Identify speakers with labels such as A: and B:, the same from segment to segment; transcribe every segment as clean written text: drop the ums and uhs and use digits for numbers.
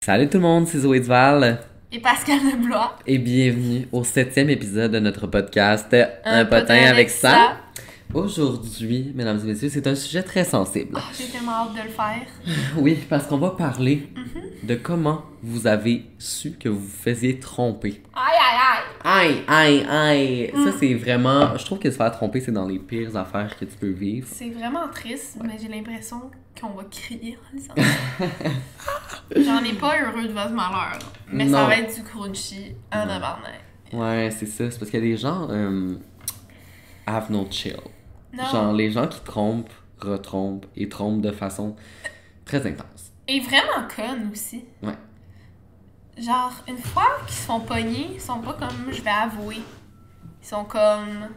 A: Salut tout le monde, c'est Zoé Duval
B: et Pascal Leblois.
A: et bienvenue au 7e épisode de notre podcast Un potin avec ça. Aujourd'hui, mesdames et messieurs, c'est un sujet très sensible.
B: Oh, j'ai tellement hâte de le faire.
A: Oui, parce qu'on va parler de comment vous avez su que vous vous faisiez tromper.
B: Aïe!
A: Aïe! Ça, c'est vraiment... Je trouve que se faire tromper, c'est dans les pires affaires que tu peux vivre.
B: C'est vraiment triste, mais j'ai l'impression qu'on va crier en lisant ça. J'en ai pas heureux de votre malheur, mais
A: Non.
B: ça va être du crunchy en tabarnak.
A: Ouais, c'est ça. C'est parce qu'il y a des gens... have no chill.
B: Non.
A: Genre, les gens qui trompent, retrompent et trompent de façon très intense.
B: Et vraiment conne aussi.
A: Ouais.
B: Genre, une fois qu'ils se font pogner, ils sont pas comme je vais avouer. Ils sont comme.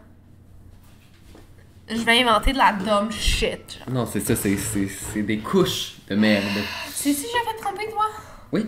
B: Je vais inventer de la dumb shit. Genre.
A: Non, c'est ça, c'est des couches de merde.
B: Tu sais si j'ai fait tromper toi?
A: Oui.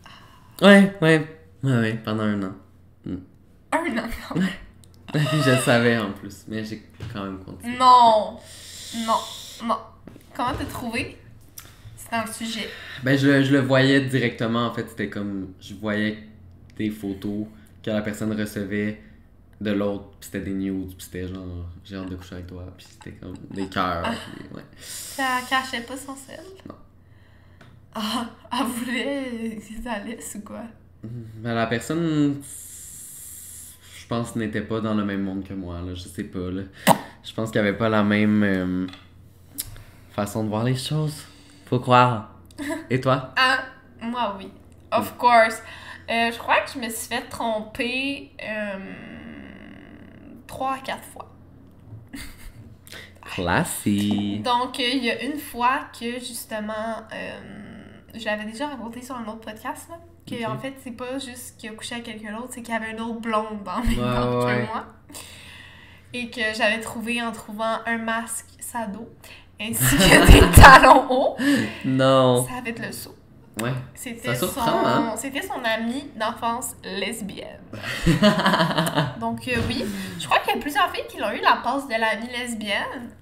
A: Ouais, pendant un an.
B: Un an.
A: Je le savais en plus, mais j'ai quand même continué.
B: Non. Comment t'as trouvé? C'est dans le sujet.
A: Ben, je le voyais directement, en fait, c'était comme, je voyais des photos que la personne recevait de l'autre, pis c'était des nudes, pis c'était genre, j'ai hâte de coucher avec toi, pis c'était comme des cœurs, pis ouais.
B: Ça cachait pas son sel?
A: Non.
B: Ah, elle voulait qu'ils allaient ou quoi?
A: Ben, la personne, je pense, n'était pas dans le même monde que moi, là, je sais pas, là. Je pense qu'il y avait pas la même façon de voir les choses. Faut croire. Et toi?
B: Ah, moi oui. Of course. Je crois que je me suis fait tromper 3 à 4 fois.
A: Classique.
B: Donc, il y a une fois que, justement, j'avais déjà raconté sur un autre podcast, là, que,
A: Ok.
B: en fait, c'est pas juste qu'il a couché avec quelqu'un d'autre, c'est qu'il y avait une autre blonde dans le même temps
A: ouais.
B: que moi. Et que j'avais trouvé en trouvant un masque sado, ainsi que des talons hauts.
A: Non.
B: Ça avait le saut.
A: Ouais.
B: C'était
A: Ça surprend, hein?
B: C'était son amie d'enfance lesbienne. Donc, oui. Je crois qu'il y a plusieurs filles qui l'ont eu la passe de l'amie lesbienne.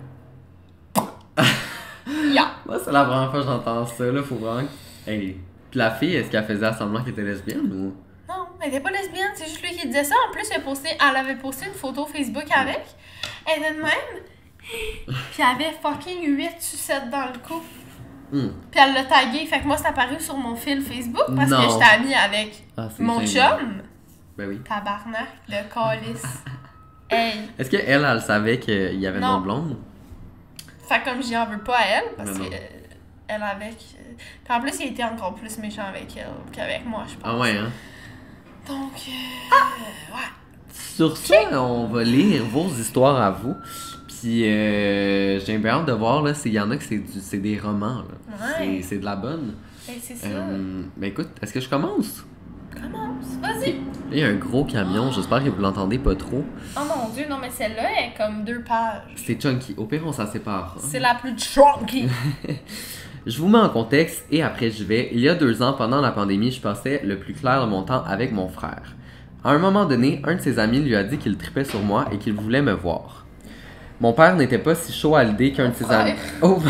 B: Yeah.
A: Moi, c'est la première fois que j'entends ça, là. Faut vraiment. Hey. Puis la fille, est-ce qu'elle faisait semblant qu'elle était lesbienne ou.
B: Non, elle était pas lesbienne, c'est juste lui qui disait ça. En plus, elle avait posté une photo Facebook avec. Elle était de même. Puis elle avait fucking 8 sucettes dans le cou. Puis elle l'a tagué. Fait que moi, c'est apparu sur mon fil Facebook parce
A: Non.
B: que j'étais amie avec
A: Ah, c'est
B: mon
A: génial.
B: chum.
A: Ben oui.
B: Tabarnak de calice. Hey.
A: Est-ce qu'elle, elle savait qu'il y avait une
B: Non.
A: autre blonde?
B: Fait comme j'y en veux pas à elle, parce
A: Mais non.
B: que elle avec. Puis en plus, il était encore plus méchant avec elle qu'avec moi, je pense.
A: Ah ouais, hein?
B: Donc, ouais.
A: Sur ça, on va lire vos histoires à vous. Puis j'ai bien hâte de voir, là, s'il y en a que c'est des romans, là.
B: Ouais.
A: C'est de la bonne.
B: Et c'est ça.
A: Ben écoute, est-ce que je commence?
B: Commence. Vas-y.
A: Là, il y a un gros camion, j'espère que vous l'entendez pas trop.
B: Oh mon dieu, non, mais celle-là est comme 2 pages.
A: C'est chunky. Au pire, on s'en sépare. Hein?
B: C'est la plus chunky.
A: Je vous mets en contexte et après je vais. Il y a 2 ans, pendant la pandémie, je passais le plus clair de mon temps avec mon frère. À un moment donné, un de ses amis lui a dit qu'il tripait sur moi et qu'il voulait me voir. Mon père n'était pas si chaud à l'idée qu'un de ses amis... Oh!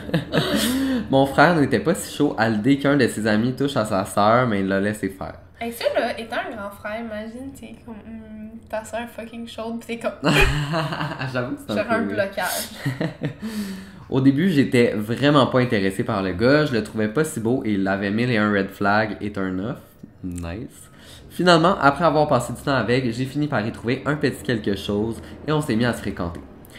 A: Mon frère n'était pas si chaud à l'idée qu'un de ses amis touche à sa sœur, mais il l'a laissé faire.
B: Et ça, là, étant un grand frère, imagine, t'es comme. Ta soeur fucking chaude, pis t'es comme.
A: J'avoue que c'est
B: Genre
A: un
B: un
A: peu...
B: blocage.
A: Au début, j'étais vraiment pas intéressé par le gars, je le trouvais pas si beau et il avait 1001 red flag et turn off. Nice. Finalement, après avoir passé du temps avec, j'ai fini par y trouver un petit quelque chose et on s'est mis à se fréquenter.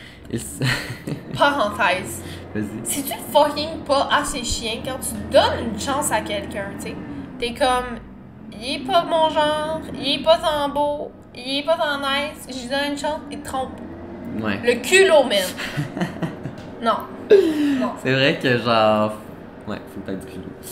B: Parenthèse.
A: Vas-y.
B: Si tu fucking pas assez chien quand tu donnes une chance à quelqu'un, tu sais, t'es comme, il est pas mon genre, il est pas tant beau, il est pas tant nice, je lui donne une chance, il te trompe.
A: Ouais.
B: Le culot, man. Non. Non.
A: C'est vrai que genre... Ouais, faut peut-être du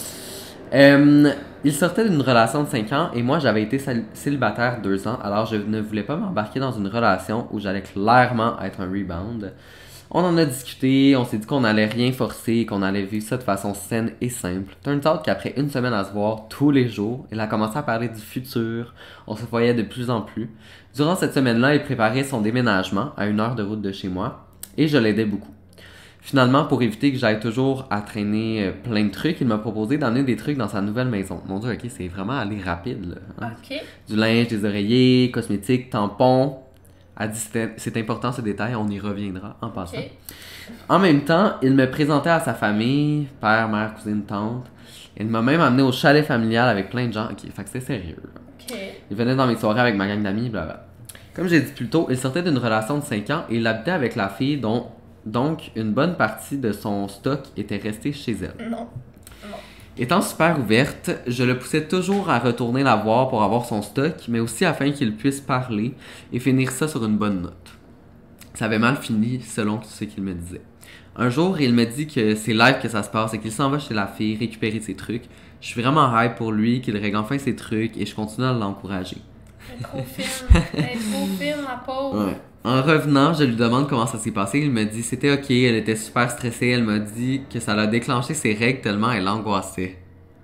A: culot. Il sortait d'une relation de 5 ans et moi j'avais été célibataire 2 ans, alors je ne voulais pas m'embarquer dans une relation où j'allais clairement être un rebound. On en a discuté, on s'est dit qu'on n'allait rien forcer, qu'on allait vivre ça de façon saine et simple. Turns out qu'après une semaine à se voir tous les jours, il a commencé à parler du futur, on se voyait de plus en plus. Durant cette semaine-là, il préparait son déménagement à 1 heure de route de chez moi et je l'aidais beaucoup. Finalement, pour éviter que j'aille toujours à traîner plein de trucs, il m'a proposé d'emmener des trucs dans sa nouvelle maison. Mon Dieu, ok, c'est vraiment aller rapide, là. Hein?
B: OK.
A: Du linge, des oreillers, cosmétiques, tampons. Elle dit c'est important ce détail, on y reviendra en passant.
B: OK.
A: En même temps, il me présentait à sa famille, père, mère, cousine, tante. Il m'a même amené au chalet familial avec plein de gens. Ok, fait que c'était sérieux.
B: OK.
A: Il venait dans mes soirées avec ma gang d'amis, blablabla. Comme j'ai dit plus tôt, il sortait d'une relation de 5 ans et il habitait avec la fille dont, donc, une bonne partie de son stock était restée chez elle.
B: Non.
A: Étant super ouverte, je le poussais toujours à retourner la voir pour avoir son stock, mais aussi afin qu'il puisse parler et finir ça sur une bonne note. Ça avait mal fini selon ce qu'il me disait. Un jour, il me dit que c'est live que ça se passe et qu'il s'en va chez la fille récupérer ses trucs. Je suis vraiment hype pour lui, qu'il règle enfin ses trucs et je continue à l'encourager.
B: Elle est trop fine. Elle est trop fine, la pauvre.
A: Ouais. En revenant, je lui demande comment ça s'est passé. Il me dit c'était ok, elle était super stressée. Elle m'a dit que ça l'a déclenché ses règles tellement elle angoissait.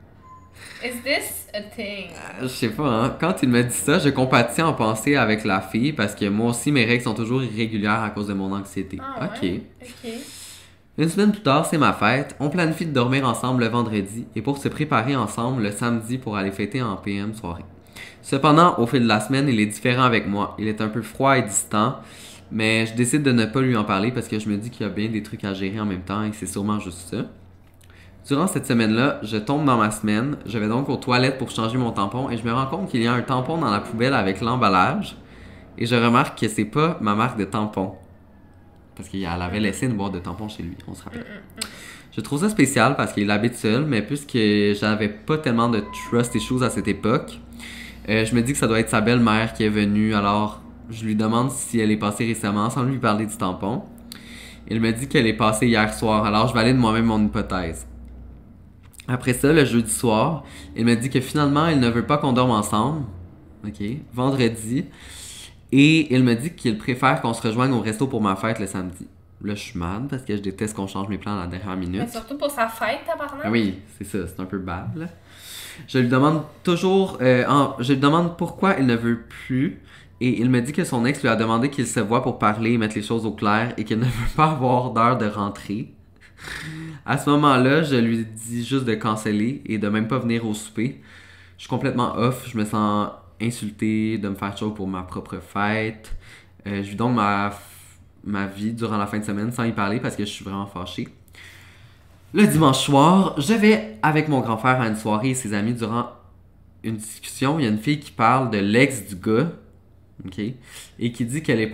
B: Is this a thing?
A: Je sais pas, hein. Quand il me dit ça, je compatis en pensée avec la fille parce que moi aussi mes règles sont toujours irrégulières à cause de mon anxiété.
B: Ah,
A: Ok.
B: ouais? OK.
A: Une semaine plus tard, c'est ma fête. On planifie de dormir ensemble le vendredi et pour se préparer ensemble le samedi pour aller fêter en PM soirée. Cependant, au fil de la semaine, il est différent avec moi. Il est un peu froid et distant, mais je décide de ne pas lui en parler parce que je me dis qu'il y a bien des trucs à gérer en même temps et c'est sûrement juste ça. Durant cette semaine-là, je tombe dans ma semaine. Je vais donc aux toilettes pour changer mon tampon et je me rends compte qu'il y a un tampon dans la poubelle avec l'emballage et je remarque que c'est pas ma marque de tampon. Parce qu'elle avait laissé une boîte de tampons chez lui, on se rappelle. Je trouve ça spécial parce qu'il habite seul, mais puisque j'avais pas tellement de trust issues à cette époque, je me dis que ça doit être sa belle-mère qui est venue, alors je lui demande si elle est passée récemment sans lui parler du tampon. Il me dit qu'elle est passée hier soir, alors je valide moi-même mon hypothèse. Après ça, le jeudi soir, il me dit que finalement, il ne veut pas qu'on dorme ensemble. Ok, vendredi. Et il me dit qu'il préfère qu'on se rejoigne au resto pour ma fête le samedi. Là, je suis mad parce que je déteste qu'on change mes plans à la dernière minute.
B: Mais surtout pour sa fête, tabarnak.
A: Ah oui, c'est ça, c'est un peu bad, là. Je lui demande toujours... je lui demande pourquoi il ne veut plus. Et il me dit que son ex lui a demandé qu'il se voit pour parler et mettre les choses au clair et qu'il ne veut pas avoir d'heure de rentrée. À ce moment-là, je lui dis juste de canceller et de même pas venir au souper. Je suis complètement off, je me sens insulté de me faire chaud pour ma propre fête. Je vis donc ma vie durant la fin de semaine sans y parler parce que je suis vraiment fâché. Le dimanche soir, je vais avec mon grand frère à une soirée et ses amis durant une discussion. Il y a une fille qui parle de l'ex du gars, ok, et qui dit qu'elle est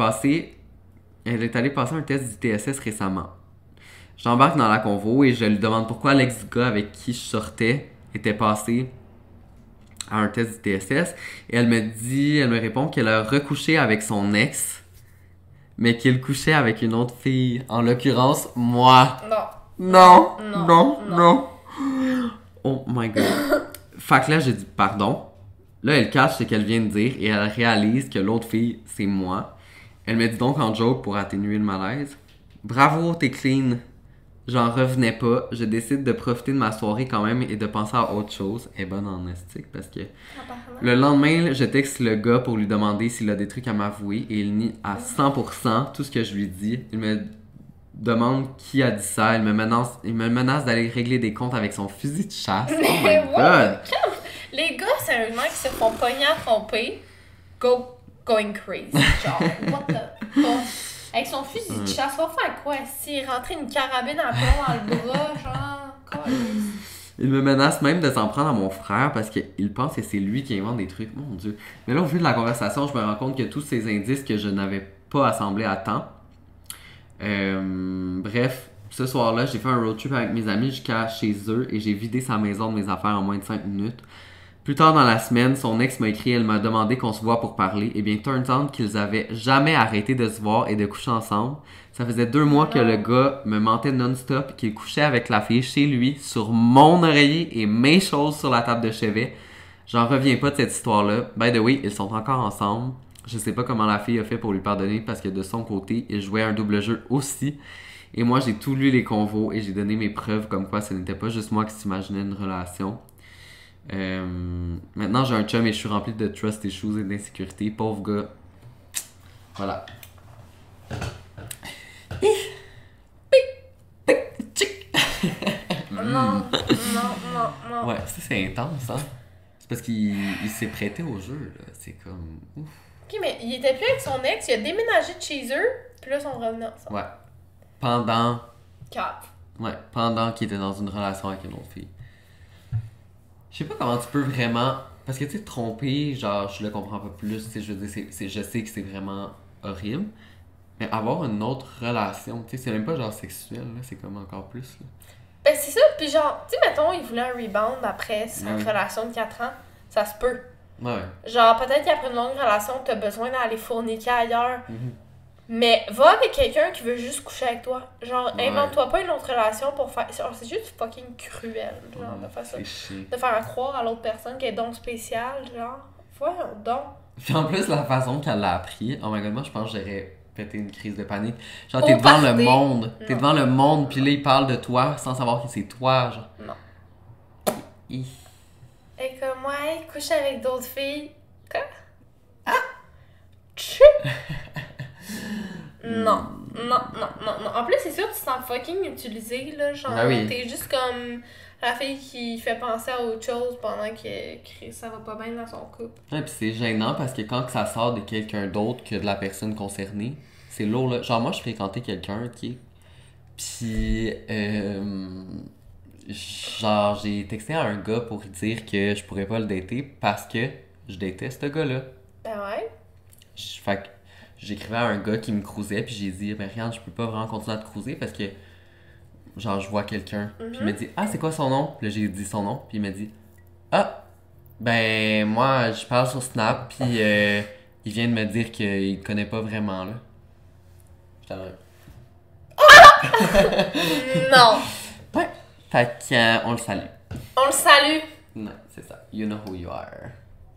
A: allée passer un test du TSS récemment. J'embarque dans la convo et je lui demande pourquoi l'ex du gars avec qui je sortais était passé à un test du TSS. Et elle me répond qu'elle a recouché avec son ex, mais qu'il couchait avec une autre fille. En l'occurrence, moi. Non. Oh my god. Fait que là, j'ai dit pardon. Là, elle cache ce qu'elle vient de dire et elle réalise que l'autre fille, c'est moi. Elle me dit donc en joke pour atténuer le malaise: bravo, t'es clean. J'en revenais pas. Je décide de profiter de ma soirée quand même et de penser à autre chose. Elle est bonne en estique parce que... Le lendemain, je texte le gars pour lui demander s'il a des trucs à m'avouer et il nie à 100% tout ce que je lui dis. Il me demande qui a dit ça. Il me menace d'aller régler des comptes avec son fusil de chasse. Oh my god!
B: Les gars, sérieusement, qui se font pogner à tromper, going crazy. Genre, what the fuck? Avec son fusil de chasse, va faire quoi? S'il rentrait une carabine à plomb dans le bras, genre,
A: Il me menace même de s'en prendre à mon frère parce qu'il pense que c'est lui qui invente des trucs. Mon Dieu. Mais là, au vu de la conversation, je me rends compte que tous ces indices que je n'avais pas assemblés à temps. Bref, ce soir-là, j'ai fait un road trip avec mes amis jusqu'à chez eux et j'ai vidé sa maison de mes affaires en moins de 5 minutes. Plus tard dans la semaine, son ex m'a écrit, elle m'a demandé qu'on se voit pour parler. Et bien, turns out qu'ils avaient jamais arrêté de se voir et de coucher ensemble. Ça faisait 2 mois que le gars me mentait non-stop, qu'il couchait avec la fille chez lui, sur mon oreiller et mes choses sur la table de chevet. J'en reviens pas de cette histoire-là. By the way, ils sont encore ensemble. Je sais pas comment la fille a fait pour lui pardonner parce que de son côté, il jouait un double jeu aussi. Et moi, j'ai tout lu les convos et j'ai donné mes preuves comme quoi ce n'était pas juste moi qui s'imaginais une relation. Maintenant, j'ai un chum et je suis rempli de trust issues et d'insécurité. Pauvre gars. Voilà.
B: Non.
A: Ouais, ça c'est intense, hein. C'est parce qu'il s'est prêté au jeu, là. C'est comme. Ouf.
B: Ok, mais il était plus avec son ex, il a déménagé de chez eux, puis là, ils sont revenus ensemble.
A: Ouais. Pendant.
B: 4.
A: Ouais, pendant qu'il était dans une relation avec une autre fille. Je sais pas comment tu peux vraiment. Parce que tu sais, tromper, genre, je le comprends pas plus. Tu sais, je veux dire, je sais que c'est vraiment horrible. Mais avoir une autre relation, tu sais, c'est même pas genre sexuel, là. C'est comme encore plus, là.
B: Ben, c'est ça, puis genre, tu sais, mettons, il voulait un rebound après sa relation de 4 ans, ça se peut.
A: Ouais.
B: Genre, peut-être qu'après une longue relation, t'as besoin d'aller fourniquer ailleurs. Mais va avec quelqu'un qui veut juste coucher avec toi. Genre, invente-toi pas une autre relation pour faire. Genre, c'est juste fucking cruel, genre, de faire ça. De faire croire à l'autre personne qu'elle est donc spéciale, genre. Voyons donc.
A: Puis en plus, la façon qu'elle l'a appris, oh my god, moi je pense que j'aurais pété une crise de panique. Genre, t'es devant le monde. T'es devant le monde, puis là, il parle de toi sans savoir que c'est toi, genre.
B: Non. Et comme, ouais, couche avec d'autres filles. Quoi? Ah! Non. En plus, c'est sûr que tu te sens fucking utilisé, là. Genre, t'es juste comme la fille qui fait penser à autre chose pendant que ça va pas bien dans son couple.
A: Ouais, pis c'est gênant parce que quand ça sort de quelqu'un d'autre que de la personne concernée, c'est lourd, là. Genre, moi, je fréquentais quelqu'un, ok? Pis, genre, j'ai texté à un gars pour lui dire que je pourrais pas le dater parce que je déteste ce gars-là.
B: Ben ouais.
A: Fait que j'écrivais à un gars qui me cruisait, puis j'ai dit, ben regarde, je peux pas vraiment continuer à te cruiser parce que, genre, je vois quelqu'un. Puis il me dit, ah, c'est quoi son nom? Puis là, j'ai dit son nom, puis il m'a dit, ah, ben moi, je parle sur Snap, puis il vient de me dire qu'il te connaît pas vraiment, là. J'étais là.
B: Non!
A: Ouais. Fait qu'on le salue.
B: On le salue!
A: Non, c'est ça. You know who you are.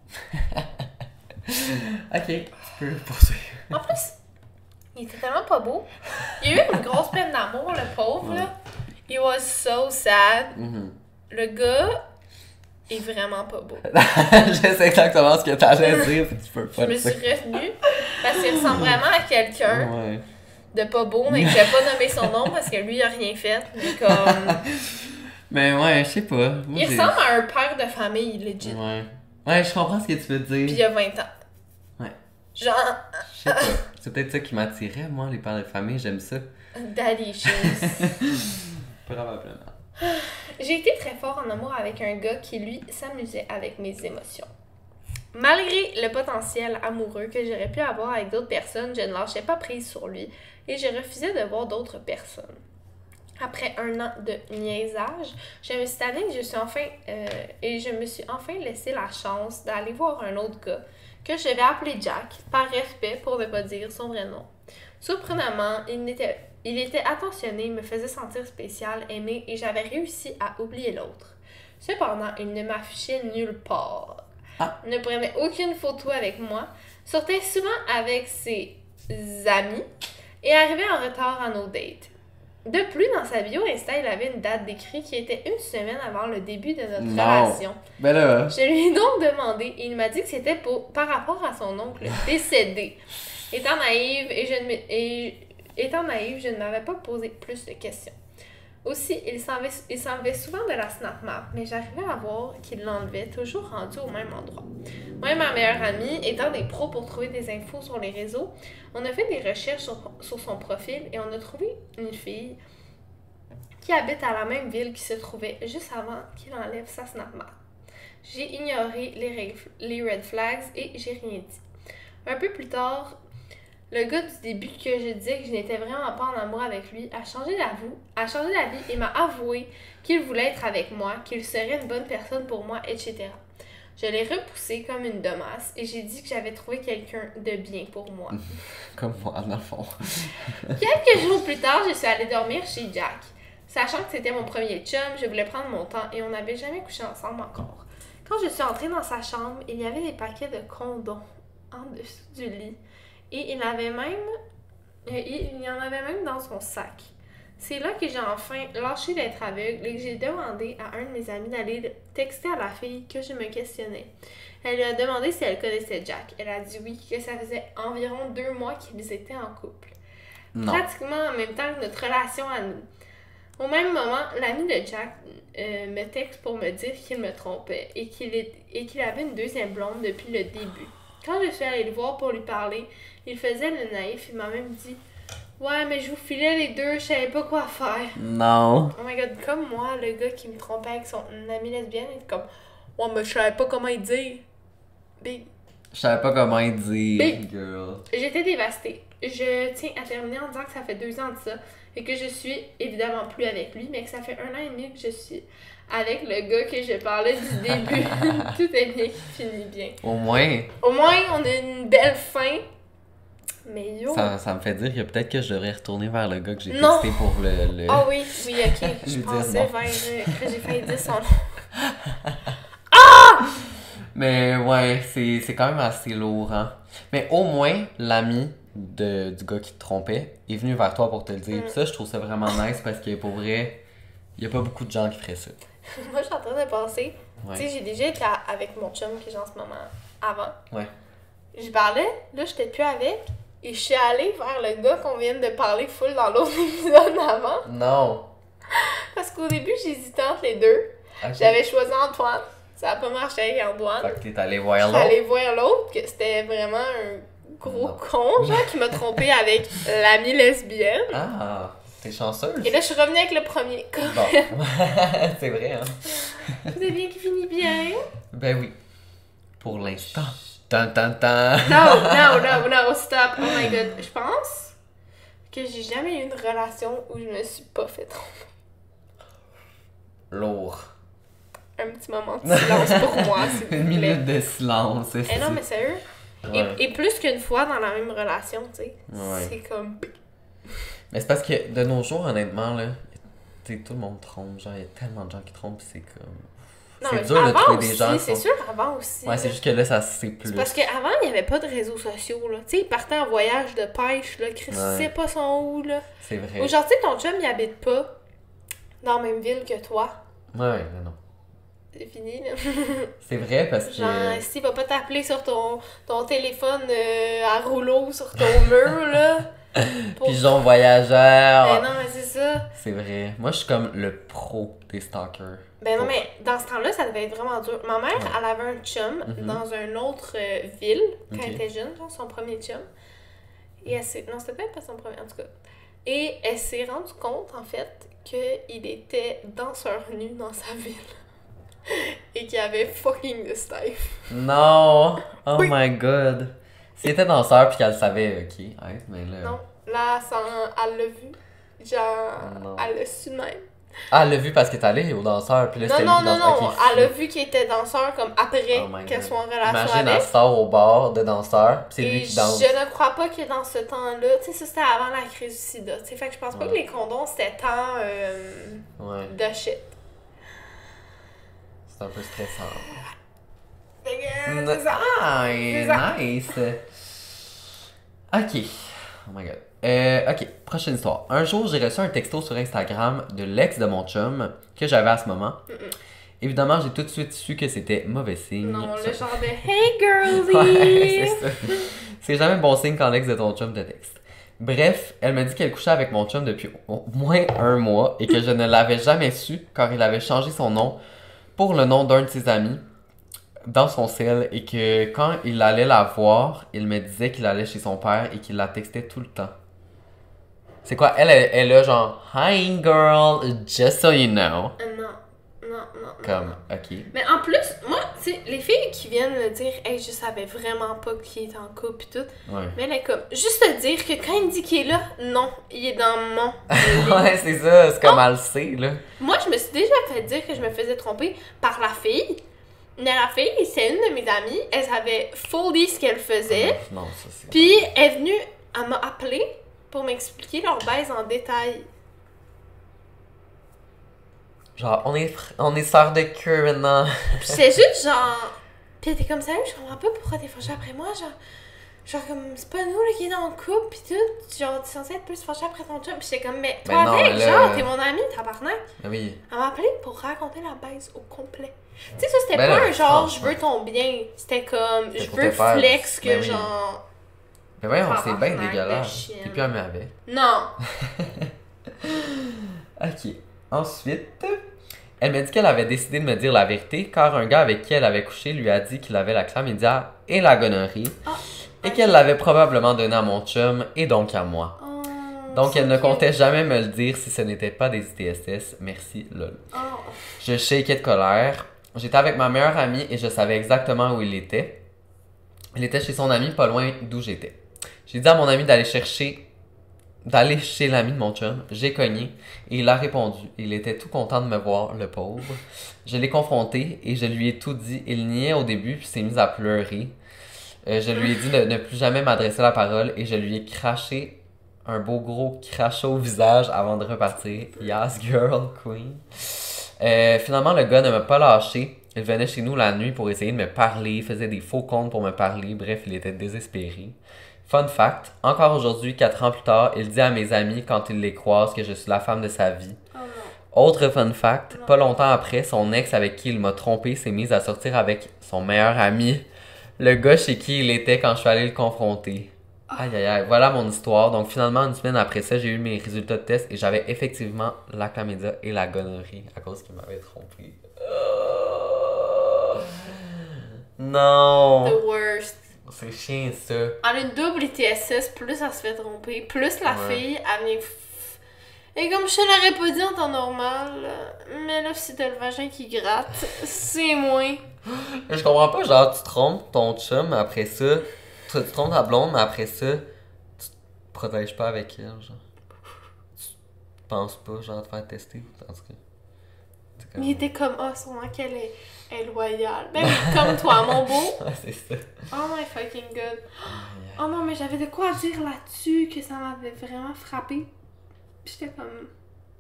A: Ok, tu peux poursuivre.
B: En plus, il était tellement pas beau. Il a eu une grosse peine d'amour, le pauvre, là. He was so sad. Le gars est vraiment pas beau.
A: Je sais exactement ce que t'allais dire, tu peux pas.
B: Je me suis retenue parce qu'il ressemble vraiment à quelqu'un de pas beau, mais que je vais pas nommer son nom parce que lui, il a rien fait. Mais comme.
A: Mais ouais, je sais pas. Moi,
B: il ressemble à un père de famille, legit.
A: Ouais, je comprends ce que tu veux dire.
B: Puis il a 20 ans.
A: Ouais.
B: Genre.
A: Je sais pas. C'est peut-être ça qui m'attirait, moi, les pères de famille, j'aime ça.
B: Daddy issues.
A: Probablement.
B: J'ai été très fort en amour avec un gars qui, lui, s'amusait avec mes émotions. Malgré le potentiel amoureux que j'aurais pu avoir avec d'autres personnes, je ne lâchais pas prise sur lui et je refusais de voir d'autres personnes. Après 1 an de niaisage, je me suis tannée que je me suis enfin laissé la chance d'aller voir un autre gars que je vais appeler Jack, par respect pour ne pas dire son vrai nom. Surprenamment, il était attentionné, me faisait sentir spécial, aimé et j'avais réussi à oublier l'autre. Cependant, il ne m'affichait nulle part. Ne prenait aucune photo avec moi, sortait souvent avec ses amis et arrivait en retard à nos dates. De plus, dans sa bio Insta, il avait une date d'écrit qui était 1 semaine avant le début de notre relation.
A: Ben là.
B: Je lui ai donc demandé et il m'a dit que c'était par rapport à son oncle décédé. Étant naïve, je ne m'avais pas posé plus de questions. Aussi, il s'enlevait souvent de la Snap Map, mais j'arrivais à voir qu'il l'enlevait, toujours rendu au même endroit. Moi et ma meilleure amie, étant des pros pour trouver des infos sur les réseaux, on a fait des recherches sur son profil et on a trouvé une fille qui habite à la même ville qui se trouvait juste avant qu'il enlève sa Snap Map. J'ai ignoré les red flags et j'ai rien dit. Un peu plus tard, le gars du début que je disais que je n'étais vraiment pas en amour avec lui a changé d'avis et m'a avoué qu'il voulait être avec moi, qu'il serait une bonne personne pour moi, etc. Je l'ai repoussé comme une domasse et j'ai dit que j'avais trouvé quelqu'un de bien pour moi.
A: Comme moi, dans le fond.
B: Quelques jours plus tard, je suis allée dormir chez Jack. Sachant que c'était mon premier chum, je voulais prendre mon temps et on n'avait jamais couché ensemble encore. Quand je suis entrée dans sa chambre, il y avait des paquets de condoms en dessous du lit. Et il y en avait même dans son sac. C'est là que j'ai enfin lâché d'être aveugle et que j'ai demandé à un de mes amis d'aller texter à la fille que je me questionnais. Elle lui a demandé si elle connaissait Jack. Elle a dit oui, que ça faisait environ 2 mois qu'ils étaient en couple. Non. Pratiquement en même temps que notre relation à nous. Au même moment, l'ami de Jack me texte pour me dire qu'il me trompait et qu'il avait une deuxième blonde depuis le début. Quand je suis allée le voir pour lui parler, il faisait le naïf. Il m'a même dit « Ouais, mais je vous filais les deux, je savais pas quoi faire. »
A: Non.
B: Oh my god, comme moi, le gars qui me trompait avec son amie lesbienne, il est comme « Ouais, mais je savais pas comment il dire. » Big.
A: Je savais pas comment dire,
B: Big.
A: girl.
B: J'étais dévastée. Je tiens à terminer en disant que ça fait 2 ans de ça et que je suis évidemment plus avec lui, mais que ça fait 1 an et demi que je suis avec le gars que je parlais du début. Tout est bien qui finit bien.
A: Au moins,
B: Au moins, on a une belle fin. Mais yo.
A: ça me fait dire que peut-être que je devrais retourner vers le gars que j'ai
B: Non.
A: texté pour le...
B: Ah oui, oui, ok.
A: Je
B: Je
A: veux dire
B: pensais
A: non.
B: vers que j'ai failli dire son nom.
A: Mais ouais, c'est quand même assez lourd, hein. Mais au moins, l'ami du gars qui te trompait est venu vers toi pour te le dire. Puis ça, je trouve ça vraiment nice parce que pour vrai, il y a pas beaucoup de gens qui feraient ça.
B: Moi, je suis en train de penser.
A: Ouais.
B: Tu sais, j'ai déjà été avec mon chum que j'ai en ce moment avant.
A: Ouais.
B: Je parlais, là, j'étais plus avec. Et je suis allée vers le gars qu'on vient de parler full dans l'autre épisode avant.
A: Non.
B: Parce qu'au début, j'hésitais entre les deux.
A: Ok.
B: J'avais choisi Antoine. Ça a pas marché avec Antoine.
A: Fait que t'es allé voir l'autre.
B: J'allais voir l'autre, que c'était vraiment un gros
A: Non.
B: con, genre, qui m'a trompé avec l'amie lesbienne.
A: Ah, t'es chanceuse.
B: Et là, je suis revenue avec le premier.
A: Bon. C'est vrai, hein.
B: Tout est bien qui finit bien.
A: Ben oui. Pour l'instant. Tan tan tan.
B: Non, stop. Oh my god. Je pense que j'ai jamais eu une relation où je me suis pas fait tromper.
A: Lourd.
B: Un petit moment de silence pour moi, s'il
A: Une
B: vous plaît.
A: minute de silence.
B: Eh non, mais sérieux.
A: Ouais.
B: Et plus qu'une fois dans la même relation, tu sais.
A: Ouais.
B: C'est comme.
A: Mais c'est parce que de nos jours, honnêtement, là, tu sais, tout le monde trompe. Genre, il y a tellement de gens qui trompent, pis c'est comme.
B: Non,
A: C'est
B: mais
A: dur de
B: avant
A: trouver
B: aussi,
A: des gens qui
B: c'est
A: sont-
B: sûr, avant aussi.
A: Ouais, c'est
B: là.
A: juste que là, ça c'est plus.
B: C'est parce qu'avant, il n'y avait pas de réseaux sociaux, là. Tu sais, ils partaient en voyage de pêche, là. Chris,
A: Ouais.
B: tu sais pas son où, là.
A: C'est vrai.
B: Ou genre, tu sais, ton chum, il habite pas dans la même ville que toi.
A: Ouais, mais non.
B: C'est fini, là.
A: C'est vrai parce que.
B: Genre, s'il va pas t'appeler sur ton téléphone à rouleau sur ton mur, là. pour-
A: Pigeon voyageur.
B: Ben non, mais c'est ça.
A: C'est vrai. Moi, je suis comme le pro des stalkers.
B: Ben non, mais dans ce temps-là, ça devait être vraiment dur. Ma mère,
A: Ouais.
B: elle avait un chum
A: Mhm.
B: dans une autre ville quand
A: Ok.
B: elle était jeune, genre son premier chum. Et elle s'est. Non, c'était peut-être pas son premier, en tout cas. Et elle s'est rendue compte, en fait, qu'il était danseur nu dans sa ville. Et qu'il avait fucking de style.
A: Non! Oh
B: Oui.
A: my god! Si elle était danseur puis qu'elle le savait, ok. Ouais, mais là.
B: Non, là, elle l'a vu. Genre,
A: Non.
B: elle l'a su de même.
A: Ah, elle l'a vu parce que t'es allé au danseur puis là
B: Non,
A: c'était
B: non,
A: lui
B: non,
A: qui dansait.
B: non.
A: Ok,
B: Elle a vu qu'il était danseur comme après
A: Oh my
B: qu'elle
A: God.
B: soit en relation
A: Imagine,
B: avec.
A: elle sort au bar de danseur puis c'est
B: Et
A: lui qui danse.
B: je ne crois pas que dans ce temps-là, tu sais, ça c'était avant la crise du sida, tu sais, fait que je pense pas
A: Ouais.
B: que les condoms c'était tant
A: Ouais,
B: de shit.
A: c'est un peu stressant.
B: Fait que, c'est ça.
A: Ah,
B: C'est ça.
A: nice! Ok. Oh my god. Ok, prochaine histoire. Un jour, j'ai reçu un texto sur Instagram de l'ex de mon chum que j'avais à ce moment. Évidemment, j'ai tout de suite su que c'était mauvais signe.
B: Non,
A: Ça-
B: le genre de Hey girlie!
A: Ouais, c'est ça. C'est jamais bon signe quand l'ex de ton chum te texte. Bref, elle m'a dit qu'elle couchait avec mon chum depuis au moins 1 mois et que je ne l'avais jamais su car il avait changé son nom pour le nom d'un de ses amis dans son cell et que quand il allait la voir, il me disait qu'il allait chez son père et qu'il la textait tout le temps. C'est quoi? Elle a genre Hi girl, just so you know.
B: Non.
A: Comme, ok.
B: Mais en plus, moi, tu sais, les filles qui viennent me dire Hey, je savais vraiment pas qu'il est en couple pis tout,
A: Ouais.
B: mais elle est comme, juste te dire que quand il me dit qu'il est là, non, il est dans mon.
A: Ouais, c'est ça, c'est comme elle le sait, là.
B: Moi, je me suis déjà fait dire que je me faisais tromper par la fille. Mais la fille, c'est une de mes amies. Elle savait full dit ce qu'elle faisait.
A: Non, ça c'est.
B: Puis, elle est venue, elle m'a appelé pour m'expliquer leur baise en détail.
A: Genre, on est sœurs de queue maintenant.
B: Puis, c'est juste genre. Puis, elle était comme ça, je comprends pas pourquoi t'es fâchée après moi. Genre comme, c'est pas nous là, qui est dans le couple, pis tout. Genre, t'es censée être plus fâchée après ton chum. Pis j'étais comme, mais toi
A: non,
B: avec,
A: là-
B: genre, t'es mon ami, tabarnak.
A: Ah oui.
B: Elle m'a appelé pour raconter la baise au complet. Tu sais, ça, c'était
A: Ben
B: pas
A: là,
B: un genre, je
A: franchement.
B: veux ton bien. C'était comme,
A: C'était
B: je
A: pour
B: veux
A: te faire-
B: flex que
A: Ben oui.
B: genre.
A: Mais voyons, c'est bien
B: Tabarnak de
A: dégueulasse.
B: chienne.
A: T'es plus ami avec.
B: Non!
A: Ok. Ensuite, elle m'a dit qu'elle avait décidé de me dire la vérité car un gars avec qui elle avait couché lui a dit qu'il avait la chlamydia et la gonorrhée et qu'elle l'avait probablement donné à mon chum et donc à moi. Donc elle ne comptait jamais me le dire si ce n'était pas des ITSS. Merci, lol. Je shakeais de colère. J'étais avec ma meilleure amie et je savais exactement où il était. Il était chez son ami pas loin d'où j'étais. J'ai dit à mon ami d'aller chez l'ami de mon chum. J'ai cogné et il a répondu. Il était tout content de me voir, le pauvre. Je l'ai confronté et je lui ai tout dit. Il niait au début puis s'est mis à pleurer. Je lui ai dit de ne plus jamais m'adresser la parole et je lui ai craché un beau gros crachat au visage avant de repartir. Yes, girl, queen. Finalement, le gars ne m'a pas lâché. Il venait chez nous la nuit pour essayer de me parler, il faisait des faux comptes pour me parler, bref, il était désespéré. Fun fact, encore aujourd'hui, 4 ans plus tard, il dit à mes amis quand il les croise que je suis la femme de sa vie. Autre fun fact, pas longtemps après, son ex avec qui il m'a trompé s'est mise à sortir avec son meilleur ami, le gars chez qui il était quand je suis allé le confronter. Aïe aïe aïe, voilà mon histoire. Donc finalement, une semaine après ça, j'ai eu mes résultats de test et j'avais effectivement la chlamydia et la gonorrhée à cause qu'il m'avait trompé. Non!
B: The worst.
A: C'est chiant ça.
B: En une double ITSS, plus elle se fait tromper, plus la fille, elle vient... Et comme je te l'aurais pas dit en temps normal, mais là, si t'as le vagin qui gratte, c'est moins.
A: Je comprends pas, genre, tu trompes ton chum, mais après ça, tu trompes ta blonde, mais après ça, tu te protèges pas avec elle, genre. Tu penses pas, genre, te faire tester, en tout cas.
B: Mais il était comme, sûrement qu'elle est loyale. Ben oui, comme toi, mon beau.
A: Ouais, c'est ça.
B: Oh my fucking god. Oh non, mais j'avais de quoi dire là-dessus, que ça m'avait vraiment frappé. Puis j'étais comme...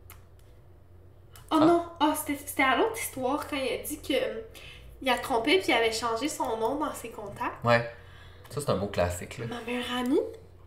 B: Oh non, c'était à l'autre histoire quand il a dit que il a trompé puis il avait changé son nom dans ses contacts.
A: Ouais. Ça, c'est un beau classique, là.
B: Ma meilleure amie,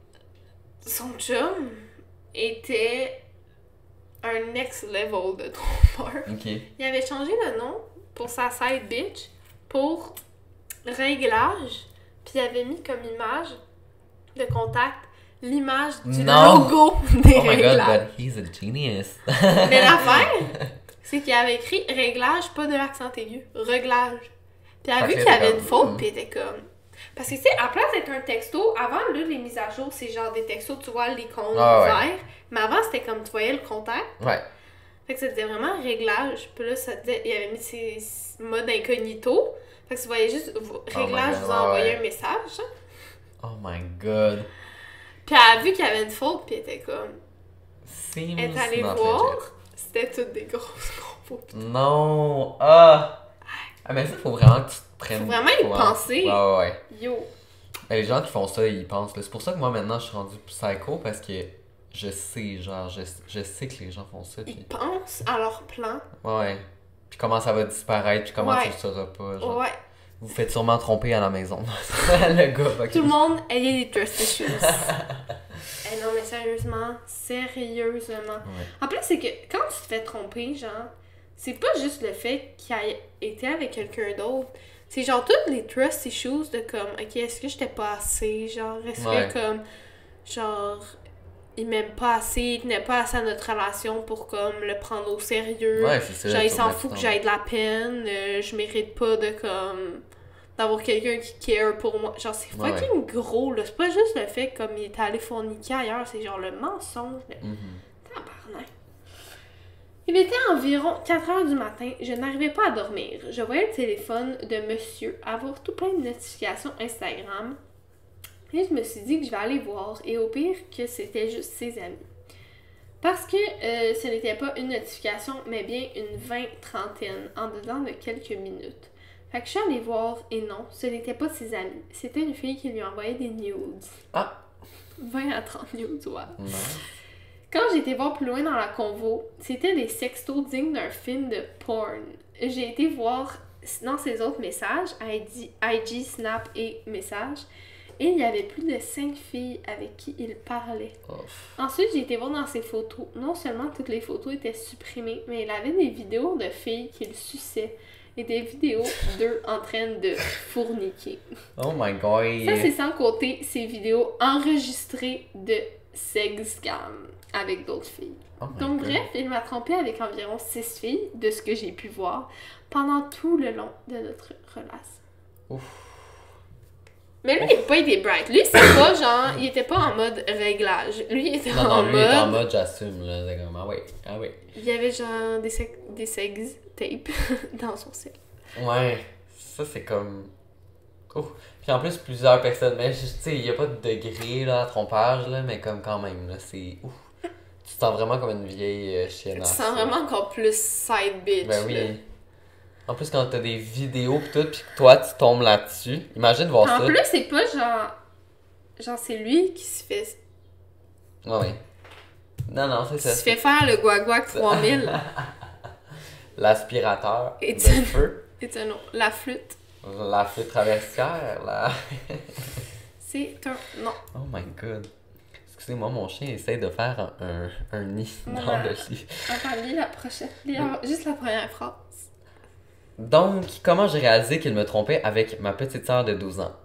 B: son chum, était un next level de trompeur.
A: Ok.
B: Il avait changé le nom pour sa side bitch pour réglage, puis il avait mis comme image de contact l'image du logo des réglages.
A: Oh my god, but he's a genius.
B: Mais l'affaire, c'est qu'il avait écrit réglage, pas de l'accent aigu, réglage. Puis elle a vu qu'il y avait une faute, puis il était comme... Parce que tu sais, à place d'être un texto, avant, là, les mises à jour, c'est genre des textos, tu vois l'icône vert. Mais avant, c'était comme tu voyais le contact.
A: Ouais.
B: Fait que ça disait vraiment réglage. Puis là, ça disait, il avait mis ses modes incognito. Fait que tu voyais juste réglage, vous a envoyé un message.
A: Oh my god.
B: Puis elle a vu qu'il y avait une faute, puis elle était comme...
A: Elle
B: est allée voir, c'était toutes des grosses compos.
A: Non! Ah! Mais ça, faut vraiment que tu te prennes...
B: Faut vraiment y penser.
A: Ouais.
B: Yo!
A: Mais les gens qui font ça, ils pensent. C'est pour ça que moi, maintenant, je suis rendu psycho, parce que je sais, genre, je sais que les gens font ça.
B: Ils pensent à leur plan.
A: Ouais. Puis comment ça va disparaître, puis comment tu le sauras pas, genre.
B: Ouais.
A: Vous vous faites sûrement tromper à la maison. Le gars, okay.
B: Tout le monde ayez des trust issues. Non, mais sérieusement. Ouais. En plus, c'est que quand tu te fais tromper, genre, c'est pas juste le fait qu'il ait été avec quelqu'un d'autre. C'est genre toutes les trust issues de comme, ok, est-ce que j'étais pas assez? Genre, est-ce que comme, genre, il m'aime pas assez, il tenait pas assez à notre relation pour comme le prendre au sérieux.
A: Ouais, c'est ça.
B: Genre, il s'en fout que j'aille de la peine, je mérite pas de comme... d'avoir quelqu'un qui care pour moi. Genre, c'est fucking gros, là. C'est pas juste le fait comme il était allé forniquer ailleurs, c'est genre le mensonge. Tabarnak. Il était environ 4h du matin. Je n'arrivais pas à dormir. Je voyais le téléphone de monsieur avoir tout plein de notifications Instagram. Et je me suis dit que je vais aller voir. Et au pire, que c'était juste ses amis. Parce que ce n'était pas une notification, mais bien une 20-30 en dedans de quelques minutes. Fait que je suis allée voir, et non, ce n'était pas ses amis. C'était une fille qui lui envoyait des nudes. 20 à 30 nudes, ouais. Quand j'ai été voir plus loin dans la convo, c'était des sextos dignes d'un film de porn. J'ai été voir dans ses autres messages, IG, Snap et messages, et il y avait plus de 5 filles avec qui il parlait. Ensuite, j'ai été voir dans ses photos. Non seulement toutes les photos étaient supprimées, mais il avait des vidéos de filles qu'il suçait. Et des vidéos d'eux en train de fourniquer.
A: Oh my god!
B: Ça, c'est sans compter ces vidéos enregistrées de sex scam avec d'autres filles.
A: Oh my
B: Donc
A: God.
B: bref, il m'a trompé avec environ 6 filles, de ce que j'ai pu voir, pendant tout le long de notre relation.
A: Ouf.
B: Mais lui, il n'a pas été bright. Lui, c'est pas genre, il était pas en mode réglage. Lui, il était
A: Non,
B: en
A: lui, il est en mode j'assume, là. C'est comme, ah ouais.
B: Il y avait genre des sex tapes dans son sel.
A: Ouais, ça c'est comme. Ouf. Puis en plus, plusieurs personnes. Mais tu sais, il n'y a pas de degré là, à trompage, là, mais comme quand même, là, c'est. Ouf. Tu te sens vraiment comme une vieille chienne.
B: Tu sens vraiment encore plus side bitch.
A: Ben oui.
B: Là.
A: En plus, quand t'as des vidéos pis tout, pis que toi tu tombes là-dessus, imagine voir
B: En
A: ça.
B: plus, c'est pas genre. Genre, c'est lui qui se fait.
A: Ouais, ouais. Non, c'est
B: Qui
A: ça.
B: se fait faire le guaguac 3000.
A: L'aspirateur
B: Et
A: de
B: tu-
A: feu.
B: Et un autre. La flûte.
A: La flûte traversière, là.
B: C'est un. Non.
A: Oh my god. Excusez-moi, mon chien essaie de faire un nid
B: Non,
A: dans
B: mais-
A: le lit.
B: Attends, lis la prochaine. Juste la première phrase.
A: Donc, comment j'ai réalisé qu'il me trompait avec ma petite sœur de 12 ans?